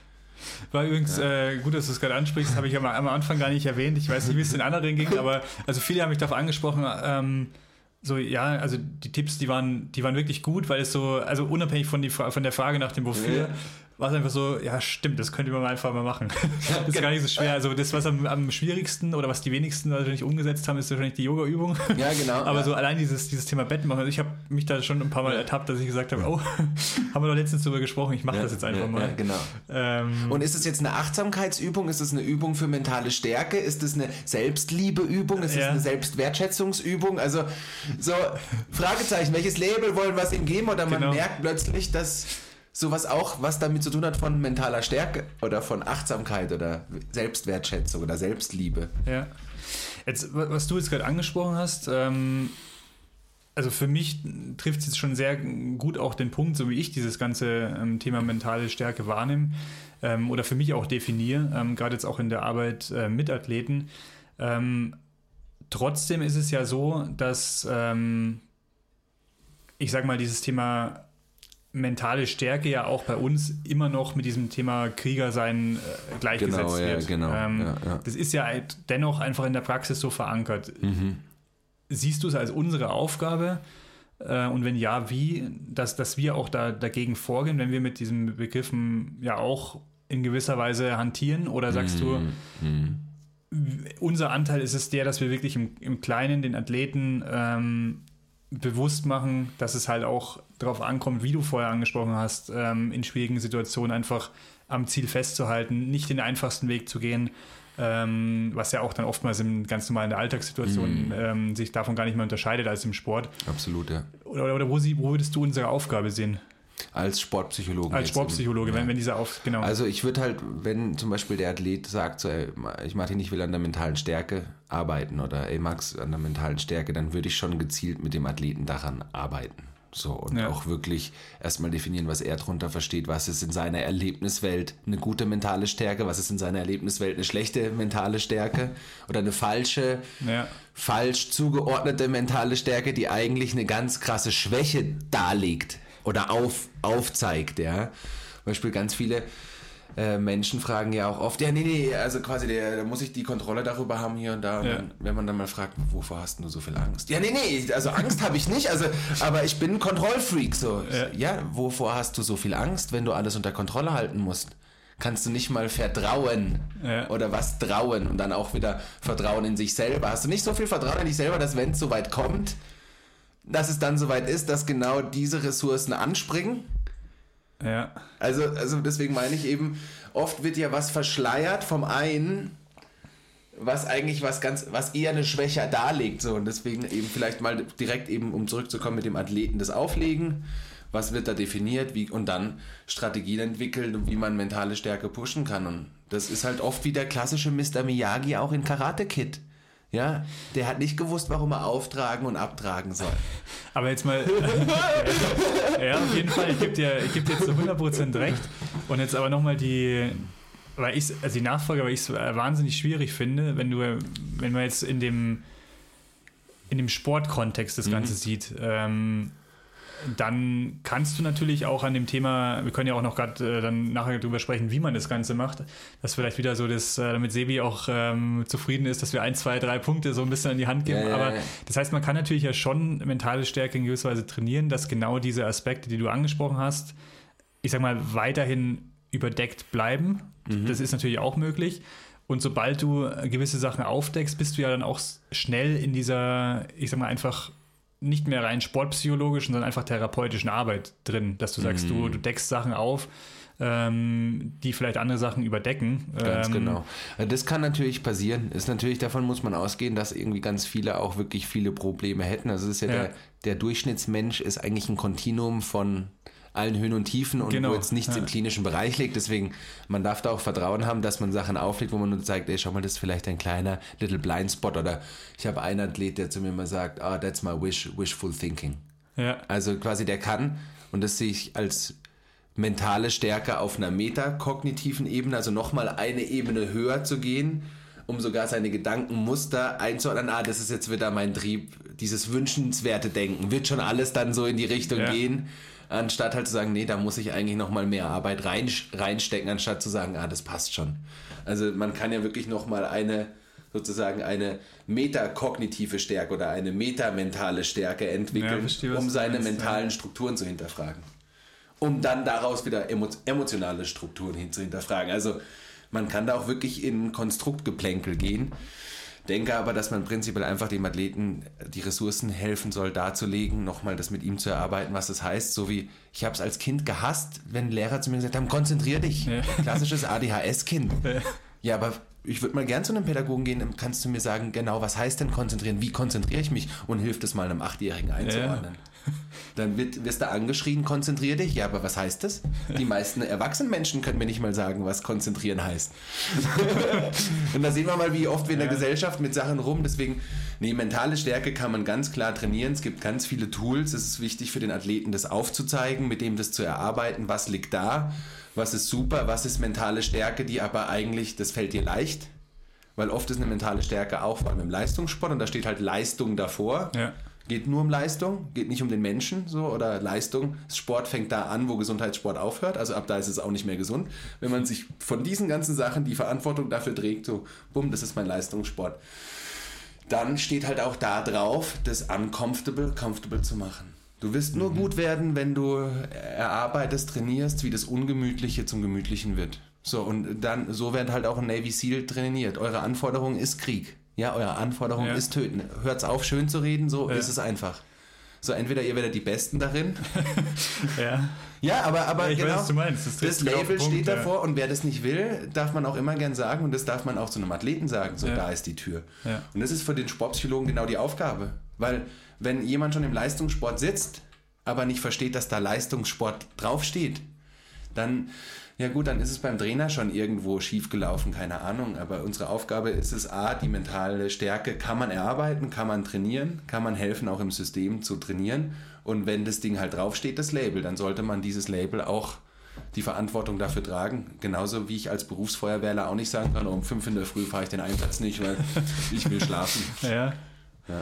Speaker 1: War übrigens ja. äh, gut, dass du es gerade ansprichst, habe ich am, am Anfang gar nicht erwähnt. Ich weiß nicht, wie es den anderen ging, aber also viele haben mich darauf angesprochen, ähm, so, ja, also die Tipps, die waren, die waren wirklich gut, weil es so, also unabhängig von, die, von der Frage nach dem Wofür, ja. war es einfach so, ja stimmt, das könnte man einfach mal machen. Das ist gar nicht so schwer. Also das, was am, am schwierigsten oder was die wenigsten natürlich umgesetzt haben, ist wahrscheinlich die Yoga-Übung.
Speaker 2: Ja, genau.
Speaker 1: Aber
Speaker 2: ja.
Speaker 1: so allein dieses, dieses Thema Bett machen, also ich habe mich da schon ein paar Mal ertappt, dass ich gesagt habe, oh, haben wir doch letztens drüber gesprochen, ich mache
Speaker 2: ja,
Speaker 1: das jetzt einfach
Speaker 2: ja,
Speaker 1: mal.
Speaker 2: Ja, genau. Ähm, Und ist es jetzt eine Achtsamkeitsübung? Ist es eine Übung für mentale Stärke? Ist es eine Selbstliebeübung? Ist es ja. eine Selbstwertschätzungsübung? Also so Fragezeichen, welches Label wollen wir es ihm geben? Oder man genau. merkt plötzlich, dass sowas auch was damit zu tun hat von mentaler Stärke oder von Achtsamkeit oder Selbstwertschätzung oder Selbstliebe.
Speaker 1: Ja. Jetzt, was du jetzt gerade angesprochen hast, ähm, also für mich trifft es jetzt schon sehr gut auch den Punkt, so wie ich dieses ganze ähm, Thema mentale Stärke wahrnehme ähm, oder für mich auch definiere, ähm, gerade jetzt auch in der Arbeit äh, mit Athleten. Ähm, trotzdem ist es ja so, dass ähm, ich sag mal, dieses Thema mentale Stärke ja auch bei uns immer noch mit diesem Thema Kriegersein äh, gleichgesetzt
Speaker 2: genau, ja,
Speaker 1: wird.
Speaker 2: Genau,
Speaker 1: ähm,
Speaker 2: ja, ja.
Speaker 1: Das ist ja halt dennoch einfach in der Praxis so verankert.
Speaker 2: Mhm.
Speaker 1: Siehst du es als unsere Aufgabe? Äh, und wenn ja, wie? Dass, dass wir auch da, dagegen vorgehen, wenn wir mit diesen Begriffen ja auch in gewisser Weise hantieren? Oder sagst mhm. du, mhm. unser Anteil ist es der, dass wir wirklich im, im Kleinen den Athleten ähm, bewusst machen, dass es halt auch darauf ankommt, wie du vorher angesprochen hast, ähm, in schwierigen Situationen einfach am Ziel festzuhalten, nicht den einfachsten Weg zu gehen, ähm, was ja auch dann oftmals im ganz normalen der Alltagssituation mm. ähm, sich davon gar nicht mehr unterscheidet als im Sport.
Speaker 2: Absolut, ja.
Speaker 1: Oder, oder wo, sie, wo würdest du unsere Aufgabe sehen?
Speaker 2: Als Sportpsychologe.
Speaker 1: Als Sportpsychologe,
Speaker 2: im,
Speaker 1: wenn,
Speaker 2: ja.
Speaker 1: wenn dieser auf, genau.
Speaker 2: Also ich würde halt, wenn zum Beispiel der Athlet sagt, so, ey, ich Martin, ich will an der mentalen Stärke arbeiten oder ey Max, an der mentalen Stärke, dann würde ich schon gezielt mit dem Athleten daran arbeiten. So, und ja. auch wirklich erstmal definieren, was er darunter versteht, was ist in seiner Erlebniswelt eine gute mentale Stärke, was ist in seiner Erlebniswelt eine schlechte mentale Stärke oder eine falsche, ja. falsch zugeordnete mentale Stärke, die eigentlich eine ganz krasse Schwäche darlegt oder auf, aufzeigt, ja. Zum Beispiel ganz viele äh, Menschen fragen ja auch oft, ja, nee, nee, also quasi, der, da muss ich die Kontrolle darüber haben hier und da. Und ja. dann, wenn man dann mal fragt, wovor hast du so viel Angst? Ja, nee, nee, also Angst habe ich nicht, also, aber ich bin ein Kontrollfreak, so. Ja. ja, wovor hast du so viel Angst, wenn du alles unter Kontrolle halten musst? Kannst du nicht mal vertrauen ja. oder was trauen und dann auch wieder Vertrauen in sich selber? Hast du nicht so viel Vertrauen in dich selber, dass wenn es soweit kommt, dass es dann soweit ist, dass genau diese Ressourcen anspringen?
Speaker 1: Ja.
Speaker 2: Also, also deswegen meine ich eben, oft wird ja was verschleiert vom einen, was eigentlich was ganz, was eher eine Schwäche darlegt. So. Und deswegen eben vielleicht mal direkt eben, um zurückzukommen, mit dem Athleten das Auflegen. Was wird da definiert? Wie, und dann Strategien entwickeln, wie man mentale Stärke pushen kann. Und das ist halt oft wie der klassische Mister Miyagi auch in Karate Kid. Ja, der hat nicht gewusst, warum er auftragen und abtragen soll.
Speaker 1: Aber jetzt mal, ja, auf jeden Fall, ich gebe dir, ich geb dir jetzt zu hundert Prozent recht. Und jetzt aber nochmal die, weil ich, also die Nachfrage, weil ich es wahnsinnig schwierig finde, wenn du, wenn man jetzt in dem, in dem Sportkontext das Ganze mhm. sieht. Ähm, dann kannst du natürlich auch an dem Thema, wir können ja auch noch gerade äh, dann nachher drüber sprechen, wie man das Ganze macht, dass vielleicht wieder so das, äh, damit Sebi auch ähm, zufrieden ist, dass wir ein, zwei, drei Punkte so ein bisschen an die Hand geben.
Speaker 2: Ja, ja,
Speaker 1: aber
Speaker 2: ja.
Speaker 1: das heißt, man kann natürlich ja schon mentale Stärke in gewisser Weise trainieren, dass genau diese Aspekte, die du angesprochen hast, ich sag mal, weiterhin überdeckt bleiben. Mhm. Das ist natürlich auch möglich. Und sobald du gewisse Sachen aufdeckst, bist du ja dann auch schnell in dieser, ich sag mal, einfach nicht mehr rein sportpsychologischen, sondern einfach therapeutischen Arbeit drin, dass du sagst, mm. du, du deckst Sachen auf, ähm, die vielleicht andere Sachen überdecken.
Speaker 2: Ganz
Speaker 1: ähm,
Speaker 2: genau. Das kann natürlich passieren. Ist natürlich, davon muss man ausgehen, dass irgendwie ganz viele auch wirklich viele Probleme hätten. Also es ist ja, ja. Der, der Durchschnittsmensch ist eigentlich ein Kontinuum von allen Höhen und Tiefen und genau. wo jetzt nichts ja. im klinischen Bereich liegt. Deswegen, man darf da auch Vertrauen haben, dass man Sachen auflegt, wo man nur zeigt, ey, schau mal, das ist vielleicht ein kleiner Little Blind Spot. Oder ich habe einen Athlet, der zu mir immer sagt, ah, oh, that's my wish, wishful thinking.
Speaker 1: Ja.
Speaker 2: Also quasi der kann, und das sehe ich als mentale Stärke auf einer metakognitiven Ebene, also nochmal eine Ebene höher zu gehen, um sogar seine Gedankenmuster einzuordnen. Ah, das ist jetzt wieder mein Trieb, dieses wünschenswerte Denken. Wird schon alles dann so in die Richtung ja. gehen, anstatt halt zu sagen, nee, da muss ich eigentlich nochmal mehr Arbeit rein, reinstecken, anstatt zu sagen, ah, das passt schon. Also man kann ja wirklich nochmal eine, sozusagen eine metakognitive Stärke oder eine metamentale Stärke entwickeln, ja, verstehe, um seine meinst, mentalen ja. Strukturen zu hinterfragen. Um dann daraus wieder emo- emotionale Strukturen hin zu hinterfragen. Also man kann da auch wirklich in Konstruktgeplänkel gehen. Denke aber, dass man prinzipiell einfach dem Athleten die Ressourcen helfen soll, darzulegen, nochmal das mit ihm zu erarbeiten, was das heißt. So wie, ich habe es als Kind gehasst, wenn Lehrer zu mir gesagt haben, konzentrier dich. Ja. Klassisches A D H S-Kind. Ja. ja, aber ich würde mal gern zu einem Pädagogen gehen, kannst du mir sagen, genau, was heißt denn konzentrieren? Wie konzentriere ich mich? Und hilft es mal einem Achtjährigen einzuordnen. Ja. Dann wird, wirst du angeschrien, konzentrier dich. Ja, aber was heißt das? Die meisten erwachsenen Menschen können mir nicht mal sagen, was konzentrieren heißt. Und da sehen wir mal, wie oft wir in der ja. Gesellschaft mit Sachen rum. Deswegen, nee, mentale Stärke kann man ganz klar trainieren. Es gibt ganz viele Tools. Es ist wichtig für den Athleten, das aufzuzeigen, mit dem das zu erarbeiten. Was liegt da? Was ist super? Was ist mentale Stärke, die aber eigentlich, das fällt dir leicht? Weil oft ist eine mentale Stärke auch, vor allem im Leistungssport, und da steht halt Leistung davor. Ja. Geht nur um Leistung, geht nicht um den Menschen so oder Leistung. Sport fängt da an, wo Gesundheitssport aufhört. Also ab da ist es auch nicht mehr gesund. Wenn man sich von diesen ganzen Sachen die Verantwortung dafür trägt, so bumm, das ist mein Leistungssport. Dann steht halt auch da drauf, das uncomfortable, comfortable zu machen. Du wirst nur mhm. gut werden, wenn du erarbeitest, trainierst, wie das Ungemütliche zum Gemütlichen wird. So, und dann, so wird halt auch ein Navy SEAL trainiert. Eure Anforderung ist Krieg. Ja, eure Anforderung ja. ist töten. Hört's auf, schön zu reden, so ja. ist es einfach. So, entweder ihr werdet die Besten darin. ja. Ja, aber, aber ja, genau, weiß, was du meinst. Das, das Label Punkt, steht ja. davor, und wer das nicht will, darf man auch immer gern sagen, und das darf man auch zu einem Athleten sagen, so, ja. da ist die Tür. Ja. Und das ist für den Sportpsychologen genau die Aufgabe. Weil, wenn jemand schon im Leistungssport sitzt, aber nicht versteht, dass da Leistungssport draufsteht, dann... Ja gut, dann ist es beim Trainer schon irgendwo schiefgelaufen, keine Ahnung. Aber unsere Aufgabe ist es, A, die mentale Stärke kann man erarbeiten, kann man trainieren, kann man helfen, auch im System zu trainieren. Und wenn das Ding halt draufsteht, das Label, dann sollte man dieses Label auch die Verantwortung dafür tragen. Genauso wie ich als Berufsfeuerwehrler auch nicht sagen kann, oh, um fünf in der Früh fahre ich den Einsatz nicht, weil ich will schlafen.
Speaker 1: Ja. Ja.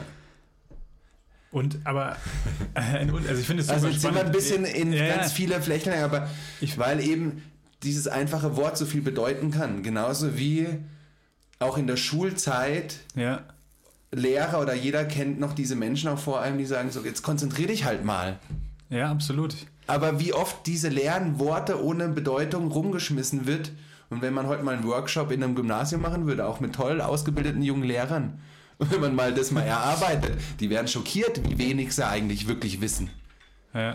Speaker 1: Und, aber, also ich finde es super
Speaker 2: also jetzt
Speaker 1: spannend.
Speaker 2: sind wir ein bisschen in ja, ganz viele Flächen, aber ich, weil eben dieses einfache Wort so viel bedeuten kann. Genauso wie auch in der Schulzeit ja. Lehrer oder jeder kennt noch diese Menschen auch vor einem, die sagen so, jetzt konzentrier dich halt mal.
Speaker 1: Ja, absolut.
Speaker 2: Aber wie oft diese leeren Worte ohne Bedeutung rumgeschmissen wird, und wenn man heute mal einen Workshop in einem Gymnasium machen würde, auch mit toll ausgebildeten jungen Lehrern, und wenn man mal das mal erarbeitet, die wären schockiert, wie wenig sie eigentlich wirklich wissen.
Speaker 1: Ja.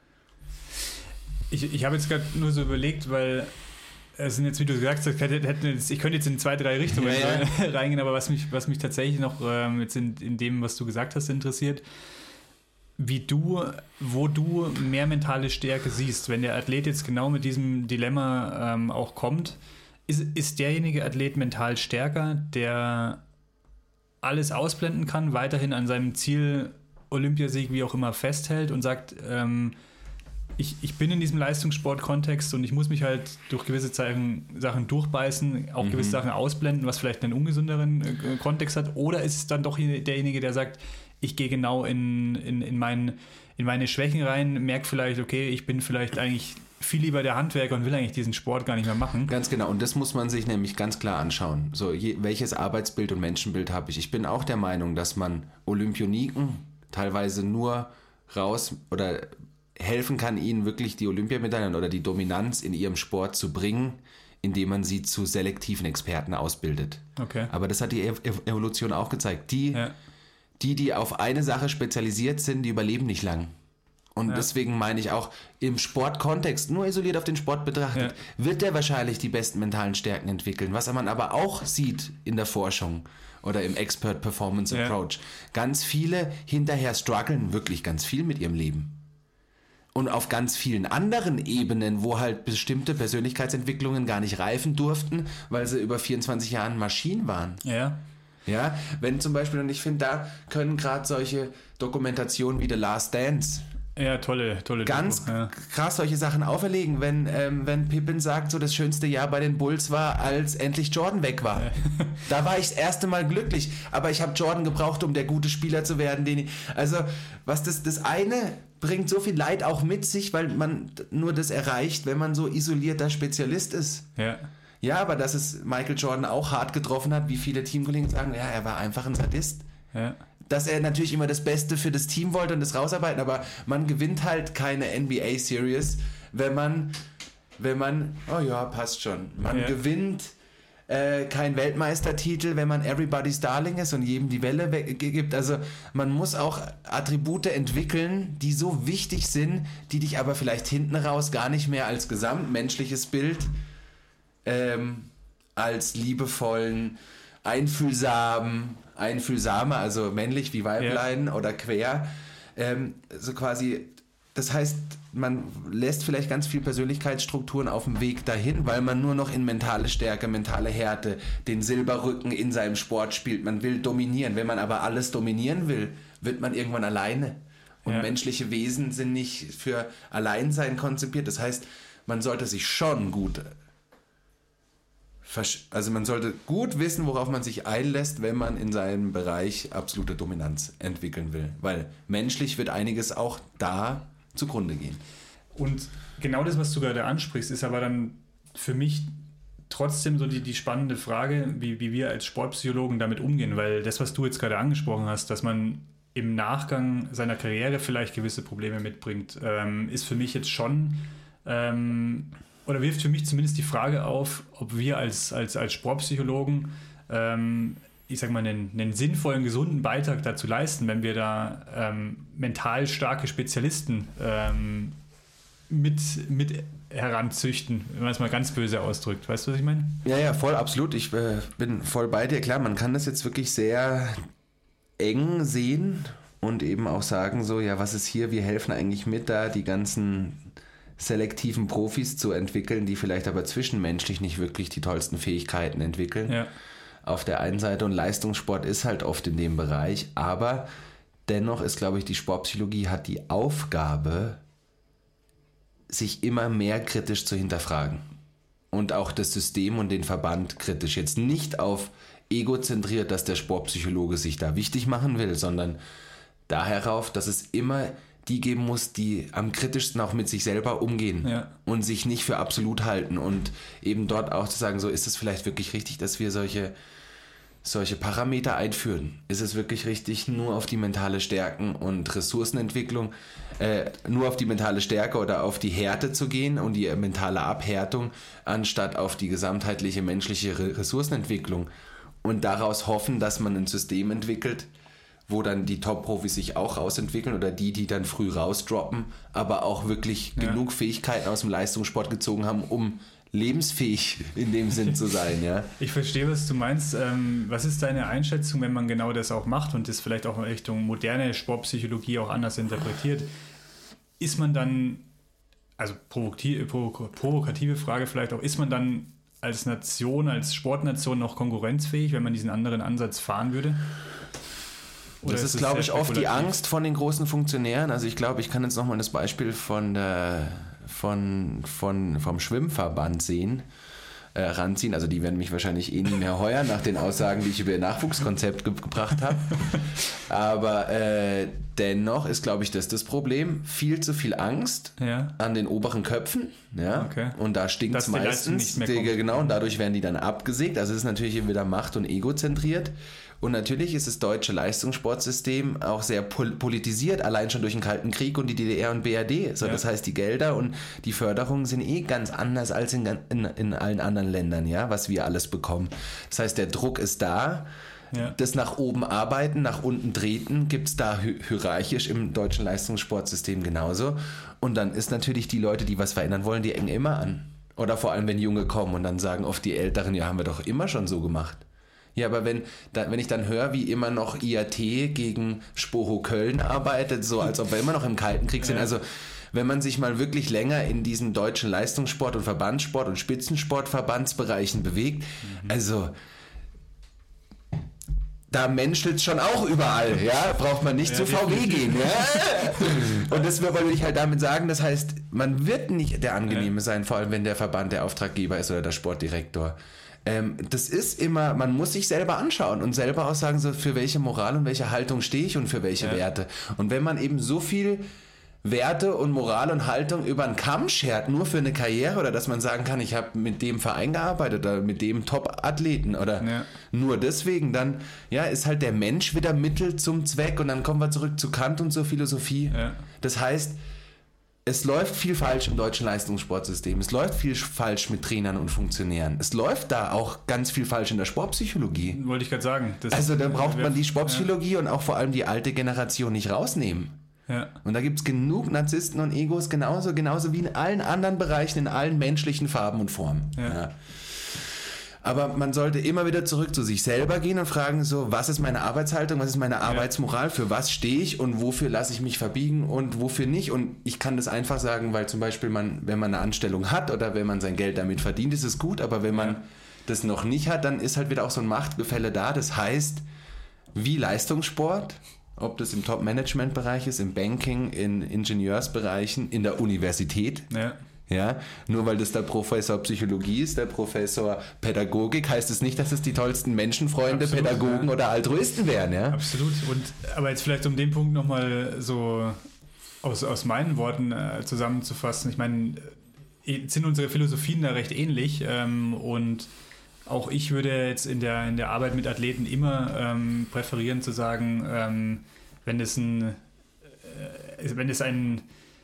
Speaker 1: Ich, ich habe jetzt gerade nur so überlegt, weil es sind jetzt, wie du gesagt hast, ich könnte jetzt in zwei, drei Richtungen ja, ja. reingehen, aber was mich, was mich tatsächlich noch ähm, jetzt in, in dem, was du gesagt hast, interessiert, wie du, wo du mehr mentale Stärke siehst, wenn der Athlet jetzt genau mit diesem Dilemma ähm, auch kommt, ist, ist derjenige Athlet mental stärker, der alles ausblenden kann, weiterhin an seinem Ziel Olympiasieg wie auch immer festhält und sagt, ähm, Ich, ich bin in diesem Leistungssport-Kontext und ich muss mich halt durch gewisse Sachen, Sachen durchbeißen, auch mhm. gewisse Sachen ausblenden, was vielleicht einen ungesünderen äh, Kontext hat. Oder ist es dann doch derjenige, der sagt, ich gehe genau in, in, in, mein, in meine Schwächen rein, merke vielleicht, okay, ich bin vielleicht eigentlich viel lieber der Handwerker und will eigentlich diesen Sport gar nicht mehr machen.
Speaker 2: Ganz genau, und das muss man sich nämlich ganz klar anschauen. So, je, welches Arbeitsbild und Menschenbild habe ich? Ich bin auch der Meinung, dass man Olympioniken teilweise nur raus oder helfen kann, ihnen wirklich die Olympiamedaillen oder die Dominanz in ihrem Sport zu bringen, indem man sie zu selektiven Experten ausbildet.
Speaker 1: Okay.
Speaker 2: Aber das hat die Evolution auch gezeigt. Die,
Speaker 1: ja.
Speaker 2: die, die auf eine Sache spezialisiert sind, die überleben nicht lang. Und ja. deswegen meine ich auch, im Sportkontext, nur isoliert auf den Sport betrachtet, ja. wird der wahrscheinlich die besten mentalen Stärken entwickeln. Was man aber auch sieht in der Forschung oder im Expert Performance
Speaker 1: ja.
Speaker 2: Approach, ganz viele hinterher strugglen wirklich ganz viel mit ihrem Leben. Und auf ganz vielen anderen Ebenen, wo halt bestimmte Persönlichkeitsentwicklungen gar nicht reifen durften, weil sie über vierundzwanzig Jahren Maschinen waren.
Speaker 1: Ja.
Speaker 2: Ja, wenn zum Beispiel, und ich finde, da können gerade solche Dokumentationen wie The Last Dance
Speaker 1: Ja, tolle, tolle
Speaker 2: ganz
Speaker 1: Doku, ja.
Speaker 2: krass solche Sachen auferlegen, wenn, ähm, wenn Pippen sagt, so das schönste Jahr bei den Bulls war, als endlich Jordan weg war. Ja. Da war ich das erste Mal glücklich, aber ich habe Jordan gebraucht, um der gute Spieler zu werden. Den ich, also was das, das eine bringt so viel Leid auch mit sich, weil man nur das erreicht, wenn man so isolierter Spezialist ist.
Speaker 1: Ja.
Speaker 2: Ja, aber dass es Michael Jordan auch hart getroffen hat, wie viele Teamkollegen sagen, ja, er war einfach ein Sadist.
Speaker 1: Ja.
Speaker 2: Dass er natürlich immer das Beste für das Team wollte und das rausarbeiten, aber man gewinnt halt keine N B A-Series, wenn man, wenn man, oh ja, passt schon, man
Speaker 1: ja.
Speaker 2: gewinnt äh, keinen Weltmeistertitel, wenn man everybody's Darling ist und jedem die Welle gibt. Also man muss auch Attribute entwickeln, die so wichtig sind, die dich aber vielleicht hinten raus gar nicht mehr als gesamtmenschliches Bild, ähm, als liebevollen, einfühlsamen, einfühlsame, also männlich wie Weiblein ja. oder quer, ähm, so quasi, das heißt, man lässt vielleicht ganz viel Persönlichkeitsstrukturen auf dem Weg dahin, weil man nur noch in mentale Stärke, mentale Härte, den Silberrücken in seinem Sport spielt. Man will dominieren. Wenn man aber alles dominieren will, wird man irgendwann alleine. Und ja. menschliche Wesen sind nicht für Alleinsein konzipiert. Das heißt, man sollte sich schon gut Also man sollte gut wissen, worauf man sich einlässt, wenn man in seinem Bereich absolute Dominanz entwickeln will. Weil menschlich wird einiges auch da zugrunde gehen.
Speaker 1: Und genau das, was du gerade ansprichst, ist aber dann für mich trotzdem so die, die spannende Frage, wie, wie wir als Sportpsychologen damit umgehen. Weil das, was du jetzt gerade angesprochen hast, dass man im Nachgang seiner Karriere vielleicht gewisse Probleme mitbringt, ähm, ist für mich jetzt schon... Ähm, oder wirft für mich zumindest die Frage auf, ob wir als, als, als Sportpsychologen, ähm, ich sag mal, einen, einen sinnvollen, gesunden Beitrag dazu leisten, wenn wir da ähm, mental starke Spezialisten ähm, mit, mit heranzüchten, wenn man es mal ganz böse ausdrückt. Weißt du, was ich meine?
Speaker 2: Ja, ja, voll, absolut. Ich äh, bin voll bei dir. Klar, man kann das jetzt wirklich sehr eng sehen und eben auch sagen, so, ja, was ist hier? Wir helfen eigentlich mit, da die ganzen selektiven Profis zu entwickeln, die vielleicht aber zwischenmenschlich nicht wirklich die tollsten Fähigkeiten entwickeln. Ja. Auf der einen Seite, und Leistungssport ist halt oft in dem Bereich, aber dennoch ist, glaube ich, die Sportpsychologie hat die Aufgabe, sich immer mehr kritisch zu hinterfragen und auch das System und den Verband kritisch. Jetzt nicht auf egozentriert, dass der Sportpsychologe sich da wichtig machen will, sondern darauf, dass es immer die geben muss, die am kritischsten auch mit sich selber umgehen ja. und sich nicht für absolut halten und eben dort auch zu sagen, so ist es vielleicht wirklich richtig, dass wir solche, solche Parameter einführen? Ist es wirklich richtig, nur auf die mentale Stärken und Ressourcenentwicklung, äh, nur auf die mentale Stärke oder auf die Härte zu gehen und die mentale Abhärtung, anstatt auf die gesamtheitliche menschliche Ressourcenentwicklung und daraus hoffen, dass man ein System entwickelt, wo dann die Top-Profis sich auch rausentwickeln oder die, die dann früh rausdroppen, aber auch wirklich ja. genug Fähigkeiten aus dem Leistungssport gezogen haben, um lebensfähig in dem Sinn zu sein. Ja?
Speaker 1: Ich verstehe, was du meinst. Ähm, was ist deine Einschätzung, wenn man genau das auch macht und das vielleicht auch in Richtung moderne Sportpsychologie auch anders interpretiert? Ist man dann, also provokative, provokative Frage vielleicht auch, ist man dann als Nation, als Sportnation noch konkurrenzfähig, wenn man diesen anderen Ansatz fahren würde?
Speaker 2: Oder das ist, ist glaube ich, oft die Angst von den großen Funktionären. Also ich glaube, ich kann jetzt nochmal das Beispiel von der, von, von, vom Schwimmverband sehen. äh, ranziehen. Also die werden mich wahrscheinlich eh nie mehr heuern, nach den Aussagen, die ich über ihr Nachwuchskonzept ge- gebracht habe. Aber äh, dennoch ist, glaube ich, das das Problem. Viel zu viel Angst
Speaker 1: ja.
Speaker 2: an den oberen Köpfen. Ja?
Speaker 1: Okay.
Speaker 2: Und da stinkt es meistens.
Speaker 1: Nicht mehr
Speaker 2: die, genau, und dadurch werden die dann abgesägt. Also es ist natürlich wieder macht- und egozentriert. Und natürlich ist das deutsche Leistungssportsystem auch sehr pol- politisiert, allein schon durch den Kalten Krieg und die D D R und B R D. So, ja. Das heißt, die Gelder und die Förderungen sind eh ganz anders als in, in, in allen anderen Ländern, ja, was wir alles bekommen. Das heißt, der Druck ist da. Ja. Das nach oben arbeiten, nach unten treten, gibt es da hy- hierarchisch im deutschen Leistungssportsystem genauso. Und dann ist natürlich die Leute, die was verändern wollen, die engen immer an. Oder vor allem, wenn Junge kommen und dann sagen oft die Älteren, ja, haben wir doch immer schon so gemacht. Ja, aber wenn, da, wenn ich dann höre, wie immer noch I A T gegen Sporo Köln arbeitet, so als ob wir immer noch im Kalten Krieg sind, ja. Also wenn man sich mal wirklich länger in diesen deutschen Leistungssport- und Verbandssport- und Spitzensportverbandsbereichen bewegt, mhm. also da menschelt es schon auch überall, ja, braucht man nicht ja, zu V W gehen, ja. Und das wollte ich halt damit sagen, das heißt, man wird nicht der Angenehme ja. sein, vor allem wenn der Verband der Auftraggeber ist oder der Sportdirektor. Ähm, das ist immer, man muss sich selber anschauen und selber auch sagen, so für welche Moral und welche Haltung stehe ich und für welche ja. Werte. Und wenn man eben so viel Werte und Moral und Haltung über einen Kamm schert, nur für eine Karriere oder dass man sagen kann, ich habe mit dem Verein gearbeitet oder mit dem Top-Athleten oder ja. nur deswegen, dann ja, ist halt der Mensch wieder Mittel zum Zweck und dann kommen wir zurück zu Kant und zur Philosophie. Ja. Das heißt, es läuft viel falsch im deutschen Leistungssportsystem. Es läuft viel falsch mit Trainern und Funktionären. Es läuft da auch ganz viel falsch in der Sportpsychologie.
Speaker 1: Wollte ich gerade sagen. Das
Speaker 2: also da braucht man die Sportpsychologie ja. und auch vor allem die alte Generation nicht rausnehmen. Ja. Und da gibt es genug Narzissten und Egos, genauso, genauso wie in allen anderen Bereichen, in allen menschlichen Farben und Formen. Ja. Ja. Aber man sollte immer wieder zurück zu sich selber gehen und fragen so, was ist meine Arbeitshaltung, was ist meine Arbeitsmoral, für was stehe ich und wofür lasse ich mich verbiegen und wofür nicht. Und ich kann das einfach sagen, weil zum Beispiel man, wenn man eine Anstellung hat oder wenn man sein Geld damit verdient, ist es gut, aber wenn man ja. das noch nicht hat, dann ist halt wieder auch so ein Machtgefälle da. Das heißt, wie Leistungssport, ob das im Top-Management-Bereich ist, im Banking, in Ingenieursbereichen, in der Universität, ja. Ja, nur weil das der Professor Psychologie ist, der Professor Pädagogik, heißt es nicht, dass es die tollsten Menschenfreunde, Absolut, Pädagogen ja. oder Altruisten wären. Ja?
Speaker 1: Absolut. Und aber jetzt vielleicht um den Punkt nochmal so aus, aus meinen Worten äh, zusammenzufassen. Ich meine, jetzt sind unsere Philosophien da recht ähnlich ähm, und auch ich würde jetzt in der, in der Arbeit mit Athleten immer ähm, präferieren zu sagen, ähm, wenn es ein, äh, wenn es ein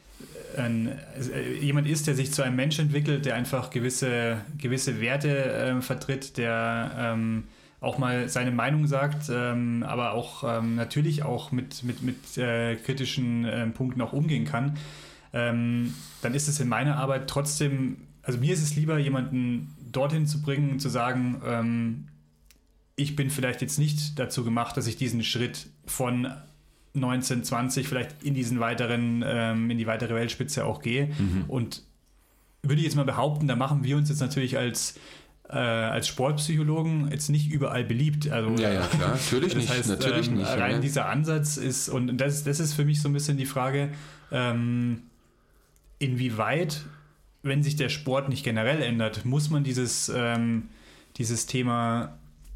Speaker 1: Ein, jemand ist, der sich zu einem Menschen entwickelt, der einfach gewisse, gewisse Werte äh, vertritt, der ähm, auch mal seine Meinung sagt, ähm, aber auch ähm, natürlich auch mit, mit, mit äh, kritischen äh, Punkten auch umgehen kann, ähm, dann ist es in meiner Arbeit trotzdem, also mir ist es lieber, jemanden dorthin zu bringen und zu sagen, ähm, ich bin vielleicht jetzt nicht dazu gemacht, dass ich diesen Schritt von neunzehn, zwanzig vielleicht in diesen weiteren, ähm, in die weitere Weltspitze auch gehe. Mhm. Und würde ich jetzt mal behaupten, da machen wir uns jetzt natürlich als, äh, als Sportpsychologen jetzt nicht überall beliebt. Also,
Speaker 2: ja, ja, klar, natürlich
Speaker 1: das
Speaker 2: nicht.
Speaker 1: Heißt,
Speaker 2: natürlich
Speaker 1: ähm,
Speaker 2: nicht.
Speaker 1: Rein
Speaker 2: ja.
Speaker 1: dieser Ansatz ist, und das, das ist für mich so ein bisschen die Frage, ähm, inwieweit, wenn sich der Sport nicht generell ändert, muss man dieses, ähm, dieses Thema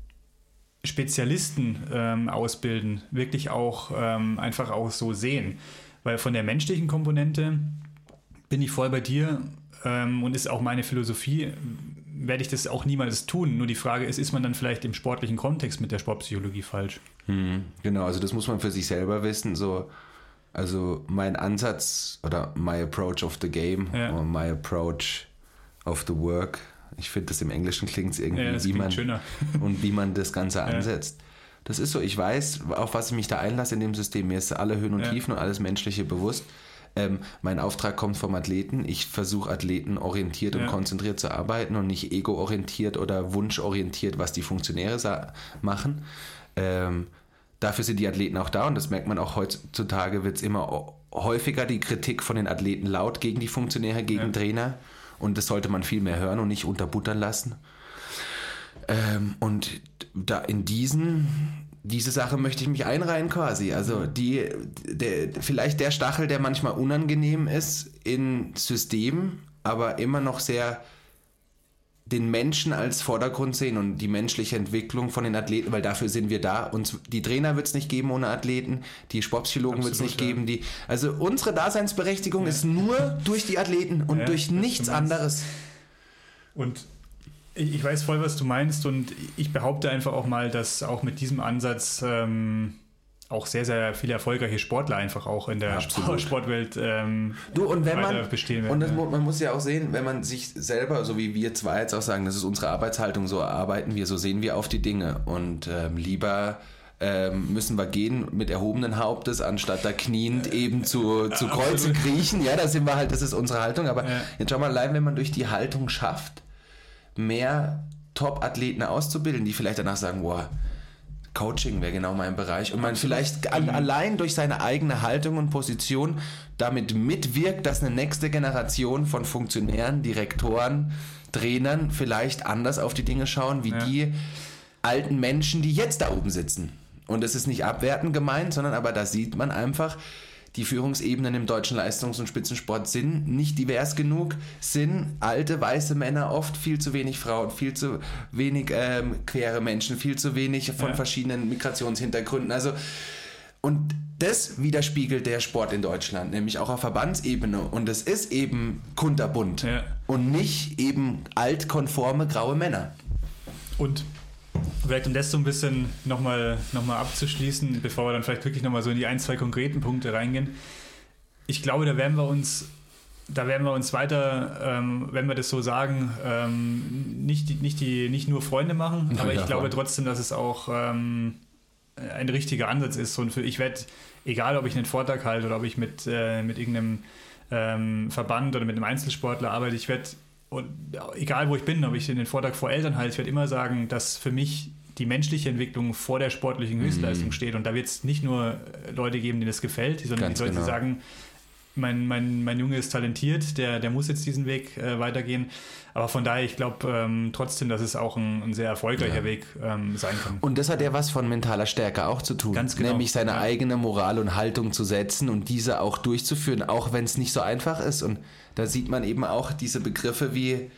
Speaker 1: Spezialisten ähm, ausbilden, wirklich auch ähm, einfach auch so sehen. Weil von der menschlichen Komponente bin ich voll bei dir ähm, und ist auch meine Philosophie, werde ich das auch niemals tun. Nur die Frage ist, ist man dann vielleicht im sportlichen Kontext mit der Sportpsychologie falsch?
Speaker 2: Hm, genau, also das muss man für sich selber wissen. So, also mein Ansatz oder my approach of the game ja. oder my approach of the work, ich finde, das im Englischen klingt es irgendwie, ja, wie man schöner. Und wie man das Ganze ansetzt. Ja. Das ist so, ich weiß, auf was ich mich da einlasse in dem System. Mir ist alle Höhen und ja. Tiefen und alles Menschliche bewusst. Ähm, mein Auftrag kommt vom Athleten. Ich versuche Athleten orientiert ja. und konzentriert zu arbeiten und nicht ego-orientiert oder wunschorientiert, was die Funktionäre sa- machen. Ähm, dafür sind die Athleten auch da und das merkt man auch heutzutage, wird es immer häufiger die Kritik von den Athleten laut gegen die Funktionäre, gegen ja. Trainer. Und das sollte man viel mehr hören und nicht unterbuttern lassen. Ähm, und da in diesen, diese Sache möchte ich mich einreihen quasi. Also die, der, vielleicht der Stachel, der manchmal unangenehm ist in Systemen, aber immer noch sehr den Menschen als Vordergrund sehen und die menschliche Entwicklung von den Athleten, weil dafür sind wir da. Uns, die Trainer wird es nicht geben ohne Athleten, die Sportpsychologen wird es nicht ja. geben. Die, also unsere Daseinsberechtigung ja. ist nur durch die Athleten und ja, durch nichts anderes.
Speaker 1: Und ich weiß voll, was du meinst, und ich behaupte einfach auch mal, dass auch mit diesem Ansatz ähm, auch sehr, sehr viele erfolgreiche Sportler einfach auch in der Sport, Sportwelt ähm,
Speaker 2: du, und wenn man,
Speaker 1: bestehen werden.
Speaker 2: Und das, man muss ja auch sehen, wenn man sich selber, so wie wir zwei jetzt auch sagen, das ist unsere Arbeitshaltung, so arbeiten wir, so sehen wir auf die Dinge, und ähm, lieber ähm, müssen wir gehen mit erhobenen Hauptes, anstatt da kniend eben zu, zu Kreuze kriechen. Ja, da sind wir halt, das ist unsere Haltung, aber ja. jetzt schau mal, allein wenn man durch die Haltung schafft, mehr Top-Athleten auszubilden, die vielleicht danach sagen, boah, Coaching wäre genau mein Bereich, und man vielleicht an, allein durch seine eigene Haltung und Position damit mitwirkt, dass eine nächste Generation von Funktionären, Direktoren, Trainern vielleicht anders auf die Dinge schauen, wie ja. die alten Menschen, die jetzt da oben sitzen. Und das ist nicht abwertend gemeint, sondern aber da sieht man einfach, die Führungsebenen im deutschen Leistungs- und Spitzensport sind nicht divers genug, sind alte, weiße Männer, oft viel zu wenig Frauen, viel zu wenig ähm, queere Menschen, viel zu wenig von ja. verschiedenen Migrationshintergründen. Also, und das widerspiegelt der Sport in Deutschland, nämlich auch auf Verbandsebene. Und es ist eben kunterbunt ja. und nicht eben altkonforme graue Männer.
Speaker 1: Und vielleicht um das so ein bisschen nochmal noch mal abzuschließen, bevor wir dann vielleicht wirklich nochmal so in die ein, zwei konkreten Punkte reingehen. Ich glaube, da werden wir uns, da werden wir uns weiter, ähm, wenn wir das so sagen, ähm, nicht, die, nicht, die, nicht nur Freunde machen, ja, aber ich ja, glaube trotzdem, dass es auch ähm, ein richtiger Ansatz ist. Und für, ich werde, egal ob ich einen Vortrag halte oder ob ich mit, äh, mit irgendeinem ähm, Verband oder mit einem Einzelsportler arbeite, ich werde, und egal wo ich bin, ob ich den Vortrag vor Eltern halte, ich werde immer sagen, dass für mich die menschliche Entwicklung vor der sportlichen Höchstleistung mhm. steht. Und da wird es nicht nur Leute geben, denen das gefällt, sondern die Leute genau. sagen, mein, mein, mein Junge ist talentiert, der, der muss jetzt diesen Weg äh, weitergehen. Aber von daher, ich glaube ähm, trotzdem, dass es auch ein, ein sehr erfolgreicher ja. Weg ähm, sein kann.
Speaker 2: Und das hat ja was von mentaler Stärke auch zu tun.
Speaker 1: Ganz genau.
Speaker 2: Nämlich seine
Speaker 1: ja.
Speaker 2: eigene Moral und Haltung zu setzen und diese auch durchzuführen, auch wenn es nicht so einfach ist. Und da sieht man eben auch diese Begriffe wie,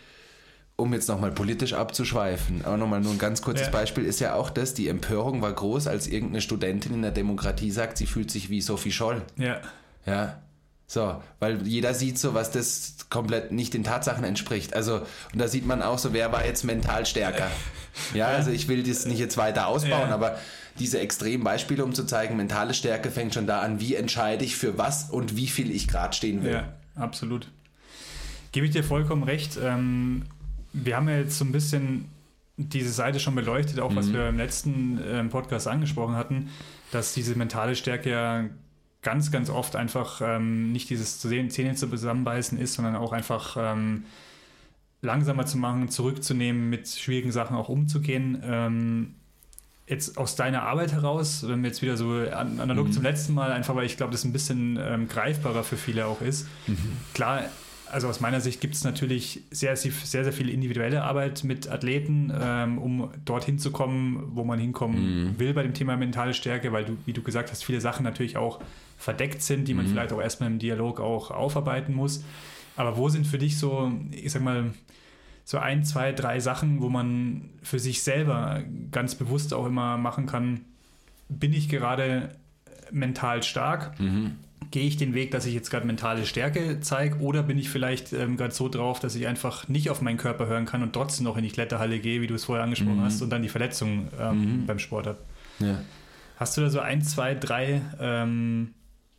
Speaker 2: um jetzt nochmal politisch abzuschweifen, aber nochmal nur ein ganz kurzes ja. Beispiel, ist ja auch das, die Empörung war groß, als irgendeine Studentin in der Demokratie sagt, sie fühlt sich wie Sophie Scholl.
Speaker 1: Ja.
Speaker 2: Ja. So, weil jeder sieht so, was das komplett nicht den Tatsachen entspricht. Also, und da sieht man auch so, wer war jetzt mental stärker. Ja, also ich will das nicht jetzt weiter ausbauen, ja. aber diese extremen Beispiele, um zu zeigen, mentale Stärke fängt schon da an, wie entscheide ich für was und wie viel ich gerade stehen will.
Speaker 1: Ja, absolut. Gebe ich dir vollkommen recht. Ähm, wir haben ja jetzt so ein bisschen diese Seite schon beleuchtet, auch mhm. was wir im letzten ähm, Podcast angesprochen hatten, dass diese mentale Stärke ja ganz, ganz oft einfach ähm, nicht dieses Zähne zu zusammenbeißen ist, sondern auch einfach ähm, langsamer zu machen, zurückzunehmen, mit schwierigen Sachen auch umzugehen. Ähm, jetzt aus deiner Arbeit heraus, wenn wir jetzt wieder so an, analog mhm. zum letzten Mal, einfach weil ich glaube, das ein bisschen ähm, greifbarer für viele auch ist. Mhm. Klar, also aus meiner Sicht gibt es natürlich sehr, sehr, sehr viel individuelle Arbeit mit Athleten, ähm, um dorthin zu kommen, wo man hinkommen mhm. will bei dem Thema mentale Stärke, weil du, wie du gesagt hast, viele Sachen natürlich auch verdeckt sind, die man mhm. vielleicht auch erstmal im Dialog auch aufarbeiten muss. Aber wo sind für dich so, ich sag mal, so ein, zwei, drei Sachen, wo man für sich selber ganz bewusst auch immer machen kann, bin ich gerade mental stark? Mhm. Gehe ich den Weg, dass ich jetzt gerade mentale Stärke zeige, oder bin ich vielleicht ähm, gerade so drauf, dass ich einfach nicht auf meinen Körper hören kann und trotzdem noch in die Kletterhalle gehe, wie du es vorher angesprochen mhm. hast, und dann die Verletzung ähm, mhm. beim Sport habe? Ja. Hast du da so ein, zwei, drei, ähm,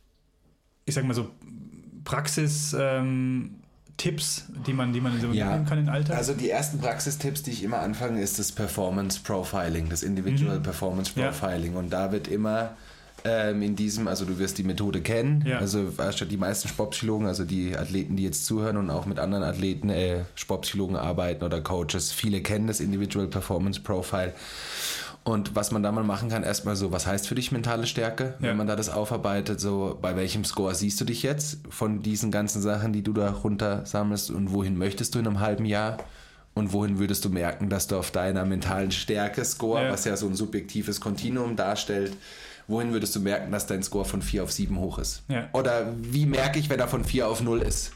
Speaker 1: ich sag mal so Praxis- ähm, Tipps, die man, die man so ja, kann im Alltag?
Speaker 2: Also die ersten Praxistipps, die ich immer anfange, ist das Performance Profiling, das Individual mhm. Performance Profiling. Ja. Und da wird immer ähm, in diesem, also du wirst die Methode kennen, ja. also die meisten Sportpsychologen, also die Athleten, die jetzt zuhören und auch mit anderen Athleten, äh, Sportpsychologen arbeiten oder Coaches, viele kennen das Individual Performance Profile. Und was man da mal machen kann, erstmal so, was heißt für dich mentale Stärke, ja. wenn man da das aufarbeitet, so bei welchem Score siehst du dich jetzt von diesen ganzen Sachen, die du da runter sammelst, und wohin möchtest du in einem halben Jahr und wohin würdest du merken, dass du auf deiner mentalen Stärke-Score, ja. was ja so ein subjektives Kontinuum darstellt, wohin würdest du merken, dass dein Score von vier auf sieben hoch ist? Ja. Oder wie merke ich, wenn er von vier auf null ist?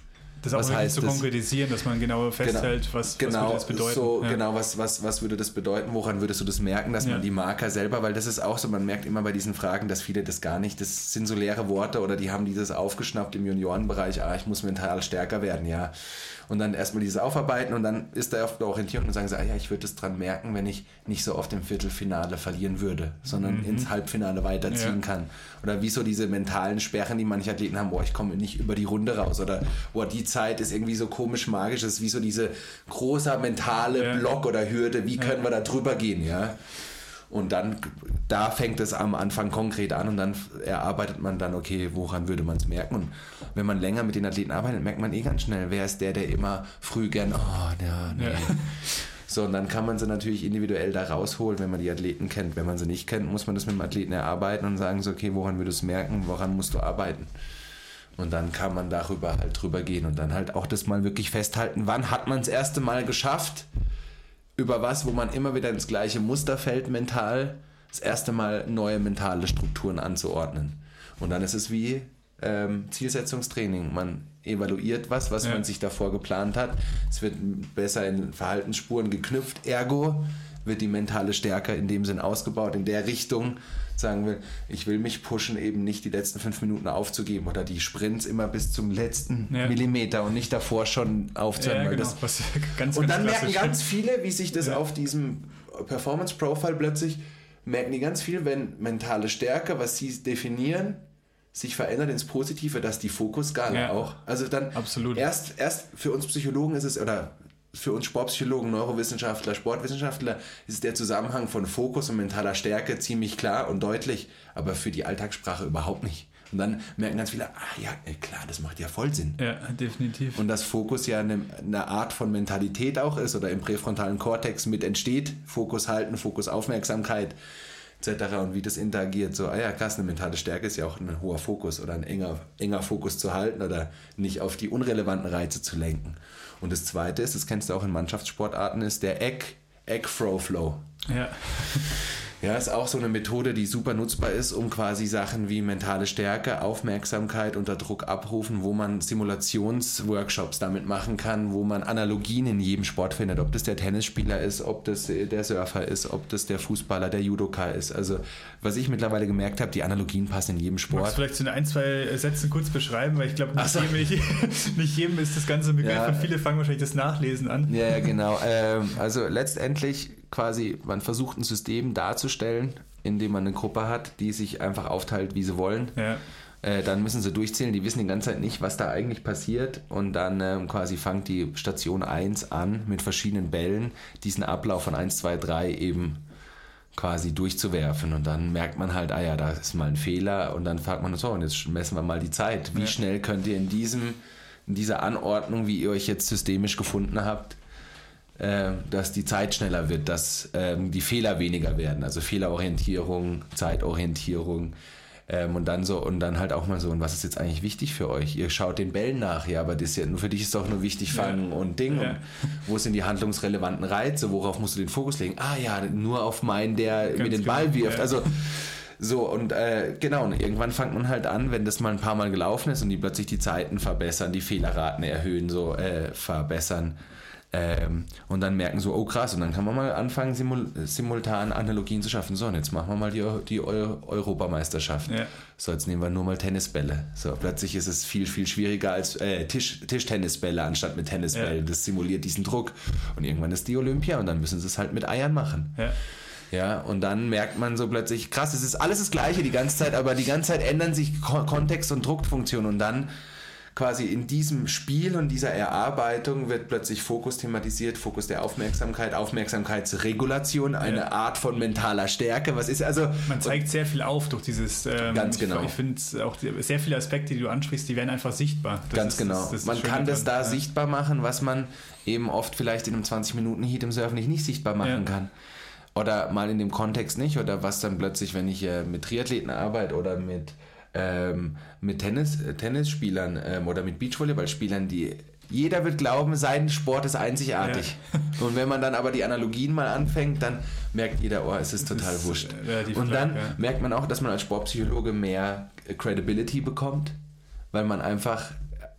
Speaker 1: Das auch
Speaker 2: was
Speaker 1: wirklich
Speaker 2: heißt
Speaker 1: zu
Speaker 2: das?
Speaker 1: konkretisieren, dass man genau festhält,
Speaker 2: genau,
Speaker 1: was,
Speaker 2: genau,
Speaker 1: was würde das bedeuten.
Speaker 2: So,
Speaker 1: ja.
Speaker 2: Genau, was, was, was würde das bedeuten? Woran würdest du das merken, dass
Speaker 1: ja.
Speaker 2: man die Marker selber, weil das ist auch so, man merkt immer bei diesen Fragen, dass viele das gar nicht, das sind so leere Worte oder die haben dieses aufgeschnappt im Juniorenbereich, ah, ich muss mental stärker werden, ja. Und dann erstmal dieses Aufarbeiten und dann ist da oft eine Orientierung und sagen sie, ah ja, ich würde das dran merken, wenn ich nicht so oft im Viertelfinale verlieren würde, sondern mhm. ins Halbfinale weiterziehen ja. kann. Oder wie so diese mentalen Sperren, die manche Athleten haben, boah, ich komme nicht über die Runde raus oder boah, die Zeit ist irgendwie so komisch magisch, das ist wie so diese große mentale ja. Block oder Hürde, wie können ja. wir da drüber gehen, ja. Und dann, da fängt es am Anfang konkret an und dann erarbeitet man dann, okay, woran würde man es merken? Und wenn man länger mit den Athleten arbeitet, merkt man eh ganz schnell, wer ist der, der immer früh gern, oh, ja, nee. Ja. So, und dann kann man sie natürlich individuell da rausholen, wenn man die Athleten kennt. Wenn man sie nicht kennt, muss man das mit dem Athleten erarbeiten und sagen so, okay, woran würdest du es merken, woran musst du arbeiten? Und dann kann man darüber halt drüber gehen und dann halt auch das mal wirklich festhalten, wann hat man das erste Mal geschafft, über was, wo man immer wieder ins gleiche Muster fällt mental, das erste Mal neue mentale Strukturen anzuordnen. Und dann ist es wie ähm, Zielsetzungstraining. Man evaluiert was, was ja. man sich davor geplant hat. Es wird besser in Verhaltensspuren geknüpft, ergo wird die mentale Stärke in dem Sinn ausgebaut, in der Richtung, sagen wir, ich will mich pushen, eben nicht die letzten fünf Minuten aufzugeben oder die Sprints immer bis zum letzten ja. Millimeter und nicht davor schon aufzuhören.
Speaker 1: Ja, genau.
Speaker 2: das,
Speaker 1: Was ganz,
Speaker 2: und
Speaker 1: ganz
Speaker 2: dann merken
Speaker 1: klassisch.
Speaker 2: ganz viele, wie sich das
Speaker 1: ja.
Speaker 2: auf diesem Performance-Profile plötzlich, merken die ganz viel, wenn mentale Stärke, was sie definieren, sich verändert ins Positive, dass die Fokusskala
Speaker 1: ja.
Speaker 2: auch. Also dann
Speaker 1: Absolut.
Speaker 2: Erst, erst für uns Psychologen ist es, oder für uns Sportpsychologen, Neurowissenschaftler, Sportwissenschaftler ist der Zusammenhang von Fokus und mentaler Stärke ziemlich klar und deutlich, aber für die Alltagssprache überhaupt nicht. Und dann merken ganz viele, ah ja, klar, das macht ja voll Sinn.
Speaker 1: Ja, definitiv.
Speaker 2: Und dass Fokus ja eine, eine Art von Mentalität auch ist oder im präfrontalen Kortex mit entsteht, Fokus halten, Fokus Aufmerksamkeit et cetera und wie das interagiert. So, ah ja, krass, eine mentale Stärke ist ja auch ein hoher Fokus oder ein enger, enger Fokus zu halten oder nicht auf die unrelevanten Reize zu lenken. Und das Zweite ist, das kennst du auch in Mannschaftssportarten, ist der Egg, Egg-Throw-Flow.
Speaker 1: Ja.
Speaker 2: Ja, ist auch so eine Methode, die super nutzbar ist, um quasi Sachen wie mentale Stärke, Aufmerksamkeit unter Druck abrufen, wo man Simulationsworkshops damit machen kann, wo man Analogien in jedem Sport findet, ob das der Tennisspieler ist, ob das der Surfer ist, ob das der Fußballer, der Judoka ist. Also was ich mittlerweile gemerkt habe, die Analogien passen in jedem Sport.
Speaker 1: Magst du vielleicht in ein, zwei Sätzen kurz beschreiben, weil ich glaube, nicht,
Speaker 2: so.
Speaker 1: jedem, nicht jedem ist das Ganze begriffen
Speaker 2: Ja.
Speaker 1: und viele fangen wahrscheinlich das Nachlesen an.
Speaker 2: Ja, ja, genau. Ähm, also letztendlich quasi, man versucht ein System darzustellen, indem man eine Gruppe hat, die sich einfach aufteilt, wie sie wollen.
Speaker 1: Ja.
Speaker 2: Äh, dann müssen sie durchzählen, die wissen die ganze Zeit nicht, was da eigentlich passiert und dann ähm, quasi fängt die Station eins an, mit verschiedenen Bällen diesen Ablauf von eins, zwei, drei eben quasi durchzuwerfen und dann merkt man halt, ah ja, da ist mal ein Fehler und dann fragt man so, und jetzt messen wir mal die Zeit. Wie
Speaker 1: ja.
Speaker 2: schnell könnt ihr in diesem, in dieser Anordnung, wie ihr euch jetzt systemisch gefunden habt, dass die Zeit schneller wird, dass ähm, die Fehler weniger werden, also Fehlerorientierung, Zeitorientierung ähm, und dann so und dann halt auch mal so, und was ist jetzt eigentlich wichtig für euch? Ihr schaut den Bällen nach, ja, aber das ist ja nur für dich ist doch nur wichtig fangen ja. und Ding. Ja. Und wo sind die handlungsrelevanten Reize? Worauf musst du den Fokus legen? Ah ja, nur auf meinen, der Ganz mir den Ball genau. wirft. Ja. Also so und äh, genau, und irgendwann fängt man halt an, wenn das mal ein paar Mal gelaufen ist und die plötzlich die Zeiten verbessern, die Fehlerraten erhöhen, so äh, verbessern. Ähm, und dann merken so, oh krass, und dann kann man mal anfangen, simul- simultan Analogien zu schaffen. So, und jetzt machen wir mal die, die Eu- Europameisterschaft. Ja. So, jetzt nehmen wir nur mal Tennisbälle. So, plötzlich ist es viel, viel schwieriger als äh, Tisch, Tischtennisbälle anstatt mit Tennisbällen. Ja. Das simuliert diesen Druck. Und irgendwann ist die Olympia und dann müssen sie es halt mit Eiern machen. Ja. Ja, und dann merkt man so plötzlich, krass, es ist alles das Gleiche die ganze Zeit, aber die ganze Zeit ändern sich Ko- Kontext und Druckfunktionen und dann quasi in diesem Spiel und dieser Erarbeitung wird plötzlich Fokus thematisiert, Fokus der Aufmerksamkeit, Aufmerksamkeitsregulation, eine ja. Art von mentaler Stärke. Was ist also?
Speaker 1: Man zeigt sehr viel auf durch dieses. Ähm,
Speaker 2: ganz genau.
Speaker 1: Ich, ich finde auch die, sehr viele Aspekte, die du ansprichst, die werden einfach sichtbar. Das
Speaker 2: ganz
Speaker 1: ist,
Speaker 2: genau.
Speaker 1: Das, das
Speaker 2: man kann das da
Speaker 1: ja.
Speaker 2: sichtbar machen, was man eben oft vielleicht in einem zwanzig Minuten Heat im Surfen nicht, nicht sichtbar machen ja. kann. Oder mal in dem Kontext nicht. Oder was dann plötzlich, wenn ich äh, mit Triathleten arbeite oder mit Ähm, mit Tennis, äh, Tennisspielern ähm, oder mit Beachvolleyballspielern, die jeder wird glauben, sein Sport ist einzigartig. Ja. Und wenn man dann aber die Analogien mal anfängt, dann merkt jeder, oh, es ist das total ist wurscht. Und dann klar, ja. merkt man auch, dass man als Sportpsychologe mehr Credibility bekommt, weil man einfach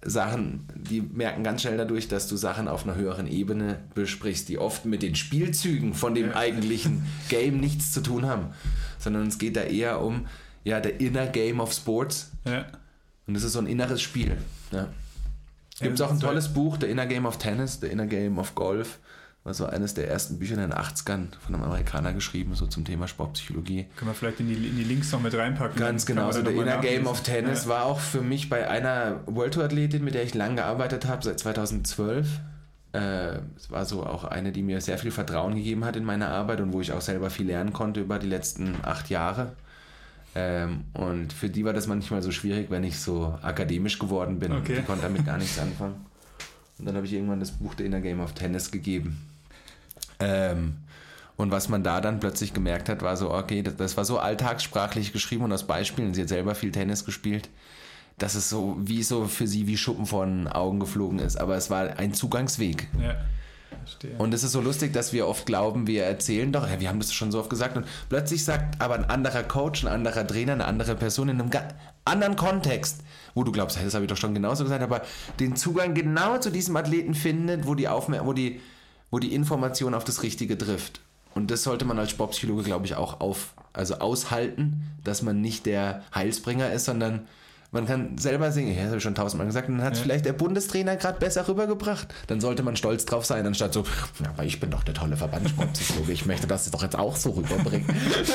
Speaker 2: Sachen, die merken ganz schnell dadurch, dass du Sachen auf einer höheren Ebene besprichst, die oft mit den Spielzügen von dem ja. eigentlichen Game nichts zu tun haben, sondern es geht da eher um ja, der Inner Game of Sports. Ja. Und das ist so ein inneres Spiel. Ja. Gibt es auch ein tolles Buch, The Inner Game of Tennis, The Inner Game of Golf. War so eines der ersten Bücher in den achtzigern von einem Amerikaner geschrieben, so zum Thema Sportpsychologie.
Speaker 1: Können wir vielleicht in die, in die Links noch mit reinpacken.
Speaker 2: Ganz genau, so der Inner Game of Tennis ja. war auch für mich bei einer World Tour Athletin, mit der ich lange gearbeitet habe, seit zweitausendzwölf. Äh, es war so auch eine, die mir sehr viel Vertrauen gegeben hat in meiner Arbeit und wo ich auch selber viel lernen konnte über die letzten acht Jahre. Ähm, und für die war das manchmal so schwierig, wenn ich so akademisch geworden bin. Okay. Die konnte damit gar nichts anfangen. Und dann habe ich irgendwann das Buch The Inner Game of Tennis gegeben. Ähm, und was man da dann plötzlich gemerkt hat, war so, okay, das, das war so alltagssprachlich geschrieben und aus Beispielen, sie hat selber viel Tennis gespielt, dass es so wie so für sie wie Schuppen vor den Augen geflogen ist, aber es war ein Zugangsweg. Ja, verstehe. Und es ist so lustig, dass wir oft glauben, wir erzählen doch, ja, wir haben das schon so oft gesagt und plötzlich sagt aber ein anderer Coach, ein anderer Trainer, eine andere Person in einem ga- anderen Kontext, wo du glaubst, hey, das habe ich doch schon genauso gesagt, aber den Zugang genau zu diesem Athleten findet, wo die Aufmer- wo die wo die Information auf das Richtige trifft. Und das sollte man als Sportpsychologe, glaube ich, auch auf, also aushalten, dass man nicht der Heilsbringer ist, sondern man kann selber singen, ja, das habe ich schon tausendmal gesagt, und dann hat es ja. vielleicht der Bundestrainer gerade besser rübergebracht. Dann sollte man stolz drauf sein, anstatt so, ja, aber ich bin doch der tolle Verbandssportpsychologe, ich möchte das doch jetzt auch so rüberbringen.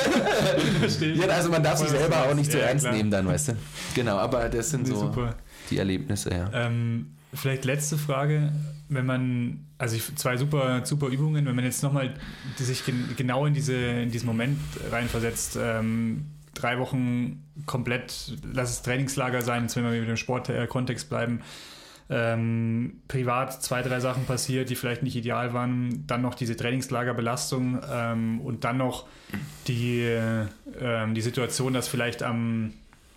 Speaker 2: Ja, also man darf sich selber auch nicht so ja, ernst klar. nehmen dann, weißt du. Genau, aber das sind so super. Die Erlebnisse, ja.
Speaker 1: Ähm, vielleicht letzte Frage, wenn man, also ich, zwei super, super Übungen, wenn man jetzt nochmal sich gen, genau in, diese, in diesen Moment reinversetzt, ähm, drei Wochen komplett, lass es Trainingslager sein, jetzt wenn wir mit dem Sportkontext bleiben, ähm, privat zwei, drei Sachen passiert, die vielleicht nicht ideal waren, dann noch diese Trainingslagerbelastung ähm, und dann noch die, ähm, die Situation, dass vielleicht am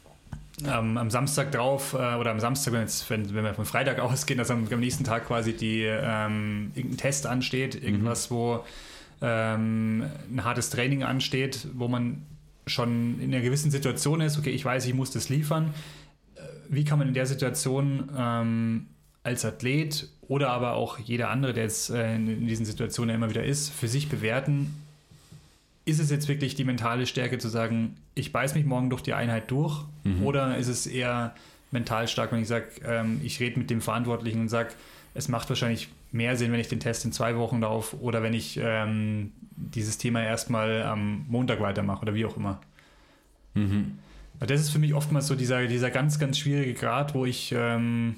Speaker 1: Ähm, am Samstag drauf äh, oder am Samstag, wenn, jetzt, wenn, wenn wir von Freitag ausgehen, dass am, am nächsten Tag quasi die, ähm, irgendein Test ansteht, irgendwas, mhm. wo ähm, ein hartes Training ansteht, wo man schon in einer gewissen Situation ist, okay, ich weiß, ich muss das liefern. Wie kann man in der Situation ähm, als Athlet oder aber auch jeder andere, der jetzt äh, in, in diesen Situationen ja immer wieder ist, für sich bewerten, ist es jetzt wirklich die mentale Stärke zu sagen, ich beiß mich morgen durch die Einheit durch? Mhm. Oder ist es eher mental stark, wenn ich sage, ähm, ich rede mit dem Verantwortlichen und sage, es macht wahrscheinlich mehr Sinn, wenn ich den Test in zwei Wochen laufe oder wenn ich ähm, dieses Thema erstmal am Montag weitermache oder wie auch immer. Mhm. Das ist für mich oftmals so dieser, dieser ganz, ganz schwierige Grad, wo ich... Ähm,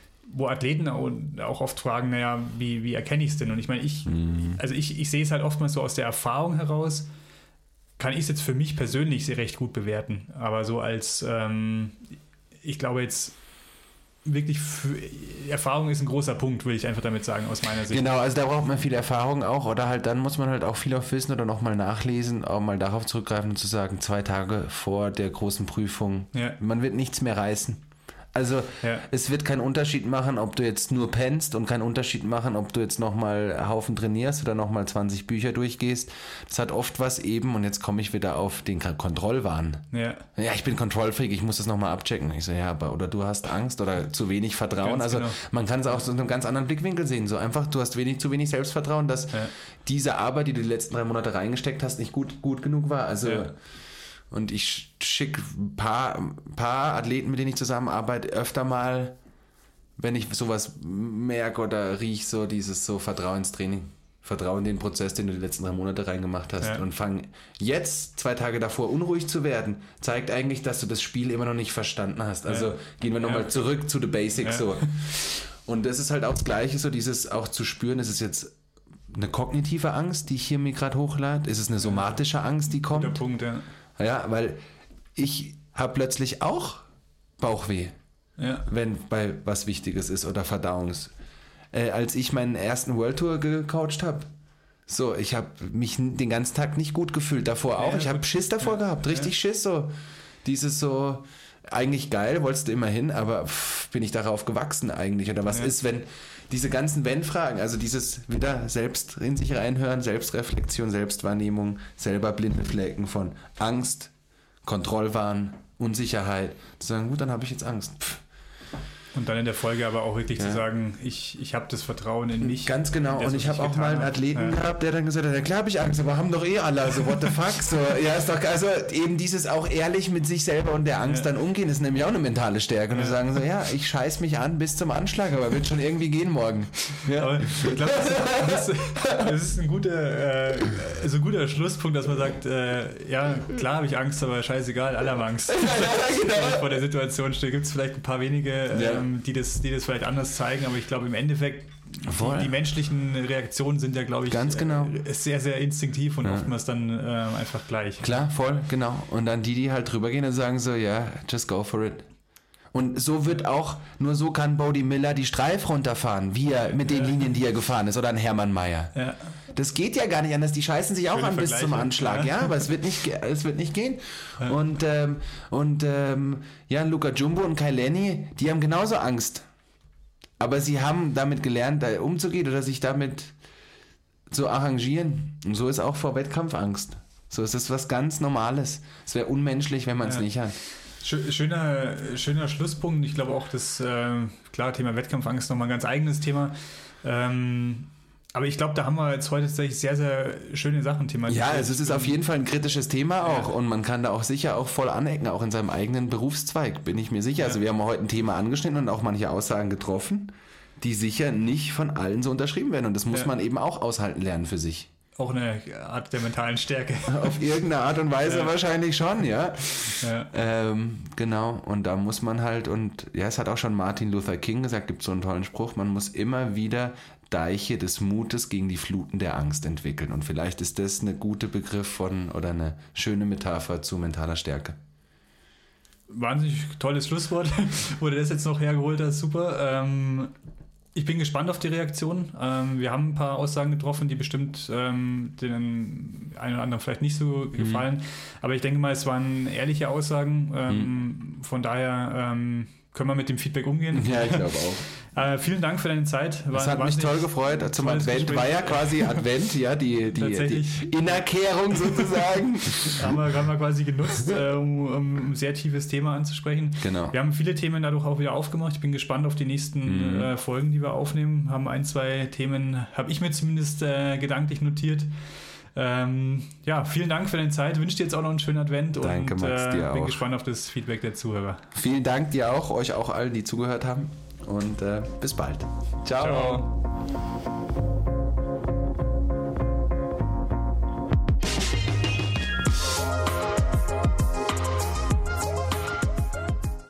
Speaker 1: wo Athleten auch oft fragen, naja, wie, wie erkenne ich es denn? Und ich meine, ich, mhm. also ich, ich sehe es halt oftmals so aus der Erfahrung heraus, kann ich es jetzt für mich persönlich sehr recht gut bewerten. Aber so als, ähm, ich glaube jetzt wirklich, für, Erfahrung ist ein großer Punkt, würde ich einfach damit sagen, aus meiner Sicht.
Speaker 2: Genau, also da braucht man viel Erfahrung auch oder halt dann muss man halt auch viel auf Wissen oder nochmal nachlesen, auch mal darauf zurückgreifen und zu sagen, zwei Tage vor der großen Prüfung, ja. man wird nichts mehr reißen. Also ja. es wird keinen Unterschied machen, ob du jetzt nur pennst und keinen Unterschied machen, ob du jetzt nochmal Haufen trainierst oder nochmal zwanzig Bücher durchgehst. Das hat oft was eben, und jetzt komme ich wieder auf den Kontrollwahn. Ja, ja ich bin Kontrollfreak, ich muss das nochmal abchecken. Ich so, ja, aber oder du hast Angst oder zu wenig Vertrauen. Ganz also genau. Man kann es auch so in einem ganz anderen Blickwinkel sehen. So einfach, du hast wenig, zu wenig Selbstvertrauen, dass ja. diese Arbeit, die du die letzten drei Monate reingesteckt hast, nicht gut, gut genug war. Also ja. Und ich schicke ein paar, paar Athleten, mit denen ich zusammenarbeite, öfter mal, wenn ich sowas merke oder rieche, so dieses so Vertrauenstraining. Vertrauen in den Prozess, den du die letzten drei Monate reingemacht hast. Ja. Und fang jetzt, zwei Tage davor, unruhig zu werden, zeigt eigentlich, dass du das Spiel immer noch nicht verstanden hast. Also ja. gehen wir nochmal ja. zurück zu the basics. Ja. So. Und das ist halt auch das Gleiche, so dieses auch zu spüren, ist es jetzt eine kognitive Angst, die ich hier mir gerade hochlade? Ist es eine somatische Angst, die kommt?
Speaker 1: Guter Punkt, ja.
Speaker 2: Ja, weil ich habe plötzlich auch Bauchweh, ja. wenn bei was Wichtiges ist oder Verdauungs. Äh, als ich meinen ersten World Tour gecoacht habe, so, ich habe mich den ganzen Tag nicht gut gefühlt, davor auch. Ja, ich habe Schiss davor ja. gehabt, richtig ja. Schiss, so. Dieses so, eigentlich geil, wolltest du immer hin, aber pff, bin ich darauf gewachsen eigentlich? Oder was ja. ist, wenn diese ganzen Wenn-Fragen, also dieses wieder selbst in sich reinhören, Selbstreflexion, Selbstwahrnehmung, selber blinde Flecken von Angst, Kontrollwahn, Unsicherheit, zu sagen, gut, dann habe ich jetzt Angst. Pff.
Speaker 1: Und dann in der Folge aber auch wirklich
Speaker 2: Ja.
Speaker 1: zu sagen, ich, ich habe das Vertrauen in mich.
Speaker 2: Ganz genau.
Speaker 1: Das,
Speaker 2: Und
Speaker 1: was
Speaker 2: ich habe auch
Speaker 1: getan
Speaker 2: mal einen
Speaker 1: habe.
Speaker 2: Athleten
Speaker 1: Ja.
Speaker 2: gehabt, der dann gesagt hat, ja klar habe ich Angst, aber haben doch eh alle, also what the fuck. So, ja, ist doch, also eben dieses auch ehrlich mit sich selber und der Angst
Speaker 1: Ja.
Speaker 2: dann umgehen, ist nämlich auch eine mentale Stärke. Und
Speaker 1: Ja.
Speaker 2: wir sagen so, ja, ich scheiß mich an bis zum Anschlag, aber wird schon irgendwie gehen morgen. Ja.
Speaker 1: Aber ich glaube, das, ist- das ist ein guter, äh, also ein guter Schlusspunkt, dass man sagt, äh, ja, klar habe ich Angst, aber scheißegal, alle haben Angst. Wenn ich vor der Situation stehe, gibt es vielleicht ein paar wenige,
Speaker 2: Ja.
Speaker 1: ähm, die, das, die das vielleicht anders zeigen, aber ich glaube im Endeffekt,
Speaker 2: Voll.
Speaker 1: die, die menschlichen Reaktionen sind ja, glaube ich,
Speaker 2: Ganz genau.
Speaker 1: äh, sehr, sehr instinktiv und
Speaker 2: Ja.
Speaker 1: oftmals dann äh, einfach gleich.
Speaker 2: Klar, voll, genau. Und dann die, die halt drüber gehen und sagen so, ja, just go for it. Und so wird auch, nur so kann Bodie Miller die Streif runterfahren, wie er mit den Linien, die er gefahren ist, oder ein Hermann Mayer.
Speaker 1: Ja.
Speaker 2: Das geht ja gar nicht anders, die scheißen sich auch
Speaker 1: Schöne
Speaker 2: an bis zum
Speaker 1: Vergleiche.
Speaker 2: Anschlag, ja,
Speaker 1: Ja.
Speaker 2: aber es wird nicht, ge- es wird nicht gehen.
Speaker 1: Ja.
Speaker 2: Und, ähm, und ähm, ja, Luca Jumbo und Kai Lenny, die haben genauso Angst. Aber sie haben damit gelernt, da umzugehen oder sich damit zu arrangieren. Und so ist auch vor Wettkampfangst. So ist es was ganz Normales. Es wäre unmenschlich, wenn man es
Speaker 1: Ja.
Speaker 2: nicht hat.
Speaker 1: Schö- Schöner, schöner Schlusspunkt. Ich glaube auch, das äh, klar, Thema Wettkampfangst nochmal ein ganz eigenes Thema. Ähm, aber ich glaube, da haben wir jetzt heute tatsächlich sehr, sehr schöne Sachen thematisiert.
Speaker 2: Ja, also es ist auf jeden Fall ein kritisches Thema auch
Speaker 1: Ja.
Speaker 2: und man kann da auch sicher auch voll anecken, auch in seinem eigenen Berufszweig, bin ich mir sicher. Also
Speaker 1: Ja.
Speaker 2: wir haben heute ein Thema angeschnitten und auch manche Aussagen getroffen, die sicher nicht von allen so unterschrieben werden und das muss
Speaker 1: Ja.
Speaker 2: man eben auch aushalten lernen für sich.
Speaker 1: Auch eine Art der mentalen Stärke.
Speaker 2: Auf irgendeine Art und Weise
Speaker 1: Ja.
Speaker 2: wahrscheinlich schon, ja.
Speaker 1: Ja.
Speaker 2: Ähm, genau, und da muss man halt, und ja, es hat auch schon Martin Luther King gesagt, gibt so einen tollen Spruch, man muss immer wieder Deiche des Mutes gegen die Fluten der Angst entwickeln. Und vielleicht ist das eine gute Begriff von oder eine schöne Metapher zu mentaler Stärke.
Speaker 1: Wahnsinnig tolles Schlusswort, wo du das jetzt noch hergeholt hast, super. Ähm, ich bin gespannt auf die Reaktion. Ähm, wir haben ein paar Aussagen getroffen, die bestimmt ähm, den einen oder anderen vielleicht nicht so gefallen. Aber ich denke mal, es waren ehrliche Aussagen. Ähm, Von daher ähm, können wir mit dem Feedback umgehen.
Speaker 2: Ja, ich glaube auch.
Speaker 1: Äh, vielen Dank für deine Zeit. War
Speaker 2: Das hat mich
Speaker 1: wahnsinnig
Speaker 2: toll gefreut. Zum
Speaker 1: tolles
Speaker 2: Advent
Speaker 1: Gespräch.
Speaker 2: war ja quasi Advent, ja, die, die,
Speaker 1: Tatsächlich.
Speaker 2: die Innerkehrung sozusagen.
Speaker 1: haben wir, haben wir quasi genutzt, äh, um, um ein sehr tiefes Thema anzusprechen.
Speaker 2: Genau.
Speaker 1: Wir haben viele Themen dadurch auch wieder aufgemacht. Ich bin gespannt auf die nächsten
Speaker 2: Mhm.
Speaker 1: äh, Folgen, die wir aufnehmen. Haben ein, zwei Themen, habe ich mir zumindest äh, gedanklich notiert. Ähm, ja, vielen Dank für deine Zeit. Wünsche dir jetzt auch noch einen schönen Advent
Speaker 2: Danke,
Speaker 1: und
Speaker 2: Max,
Speaker 1: äh,
Speaker 2: dir
Speaker 1: bin
Speaker 2: auch.
Speaker 1: gespannt auf das Feedback der Zuhörer.
Speaker 2: Vielen Dank dir auch, euch auch allen, die zugehört haben. Und äh, bis bald. Ciao.
Speaker 1: Ciao.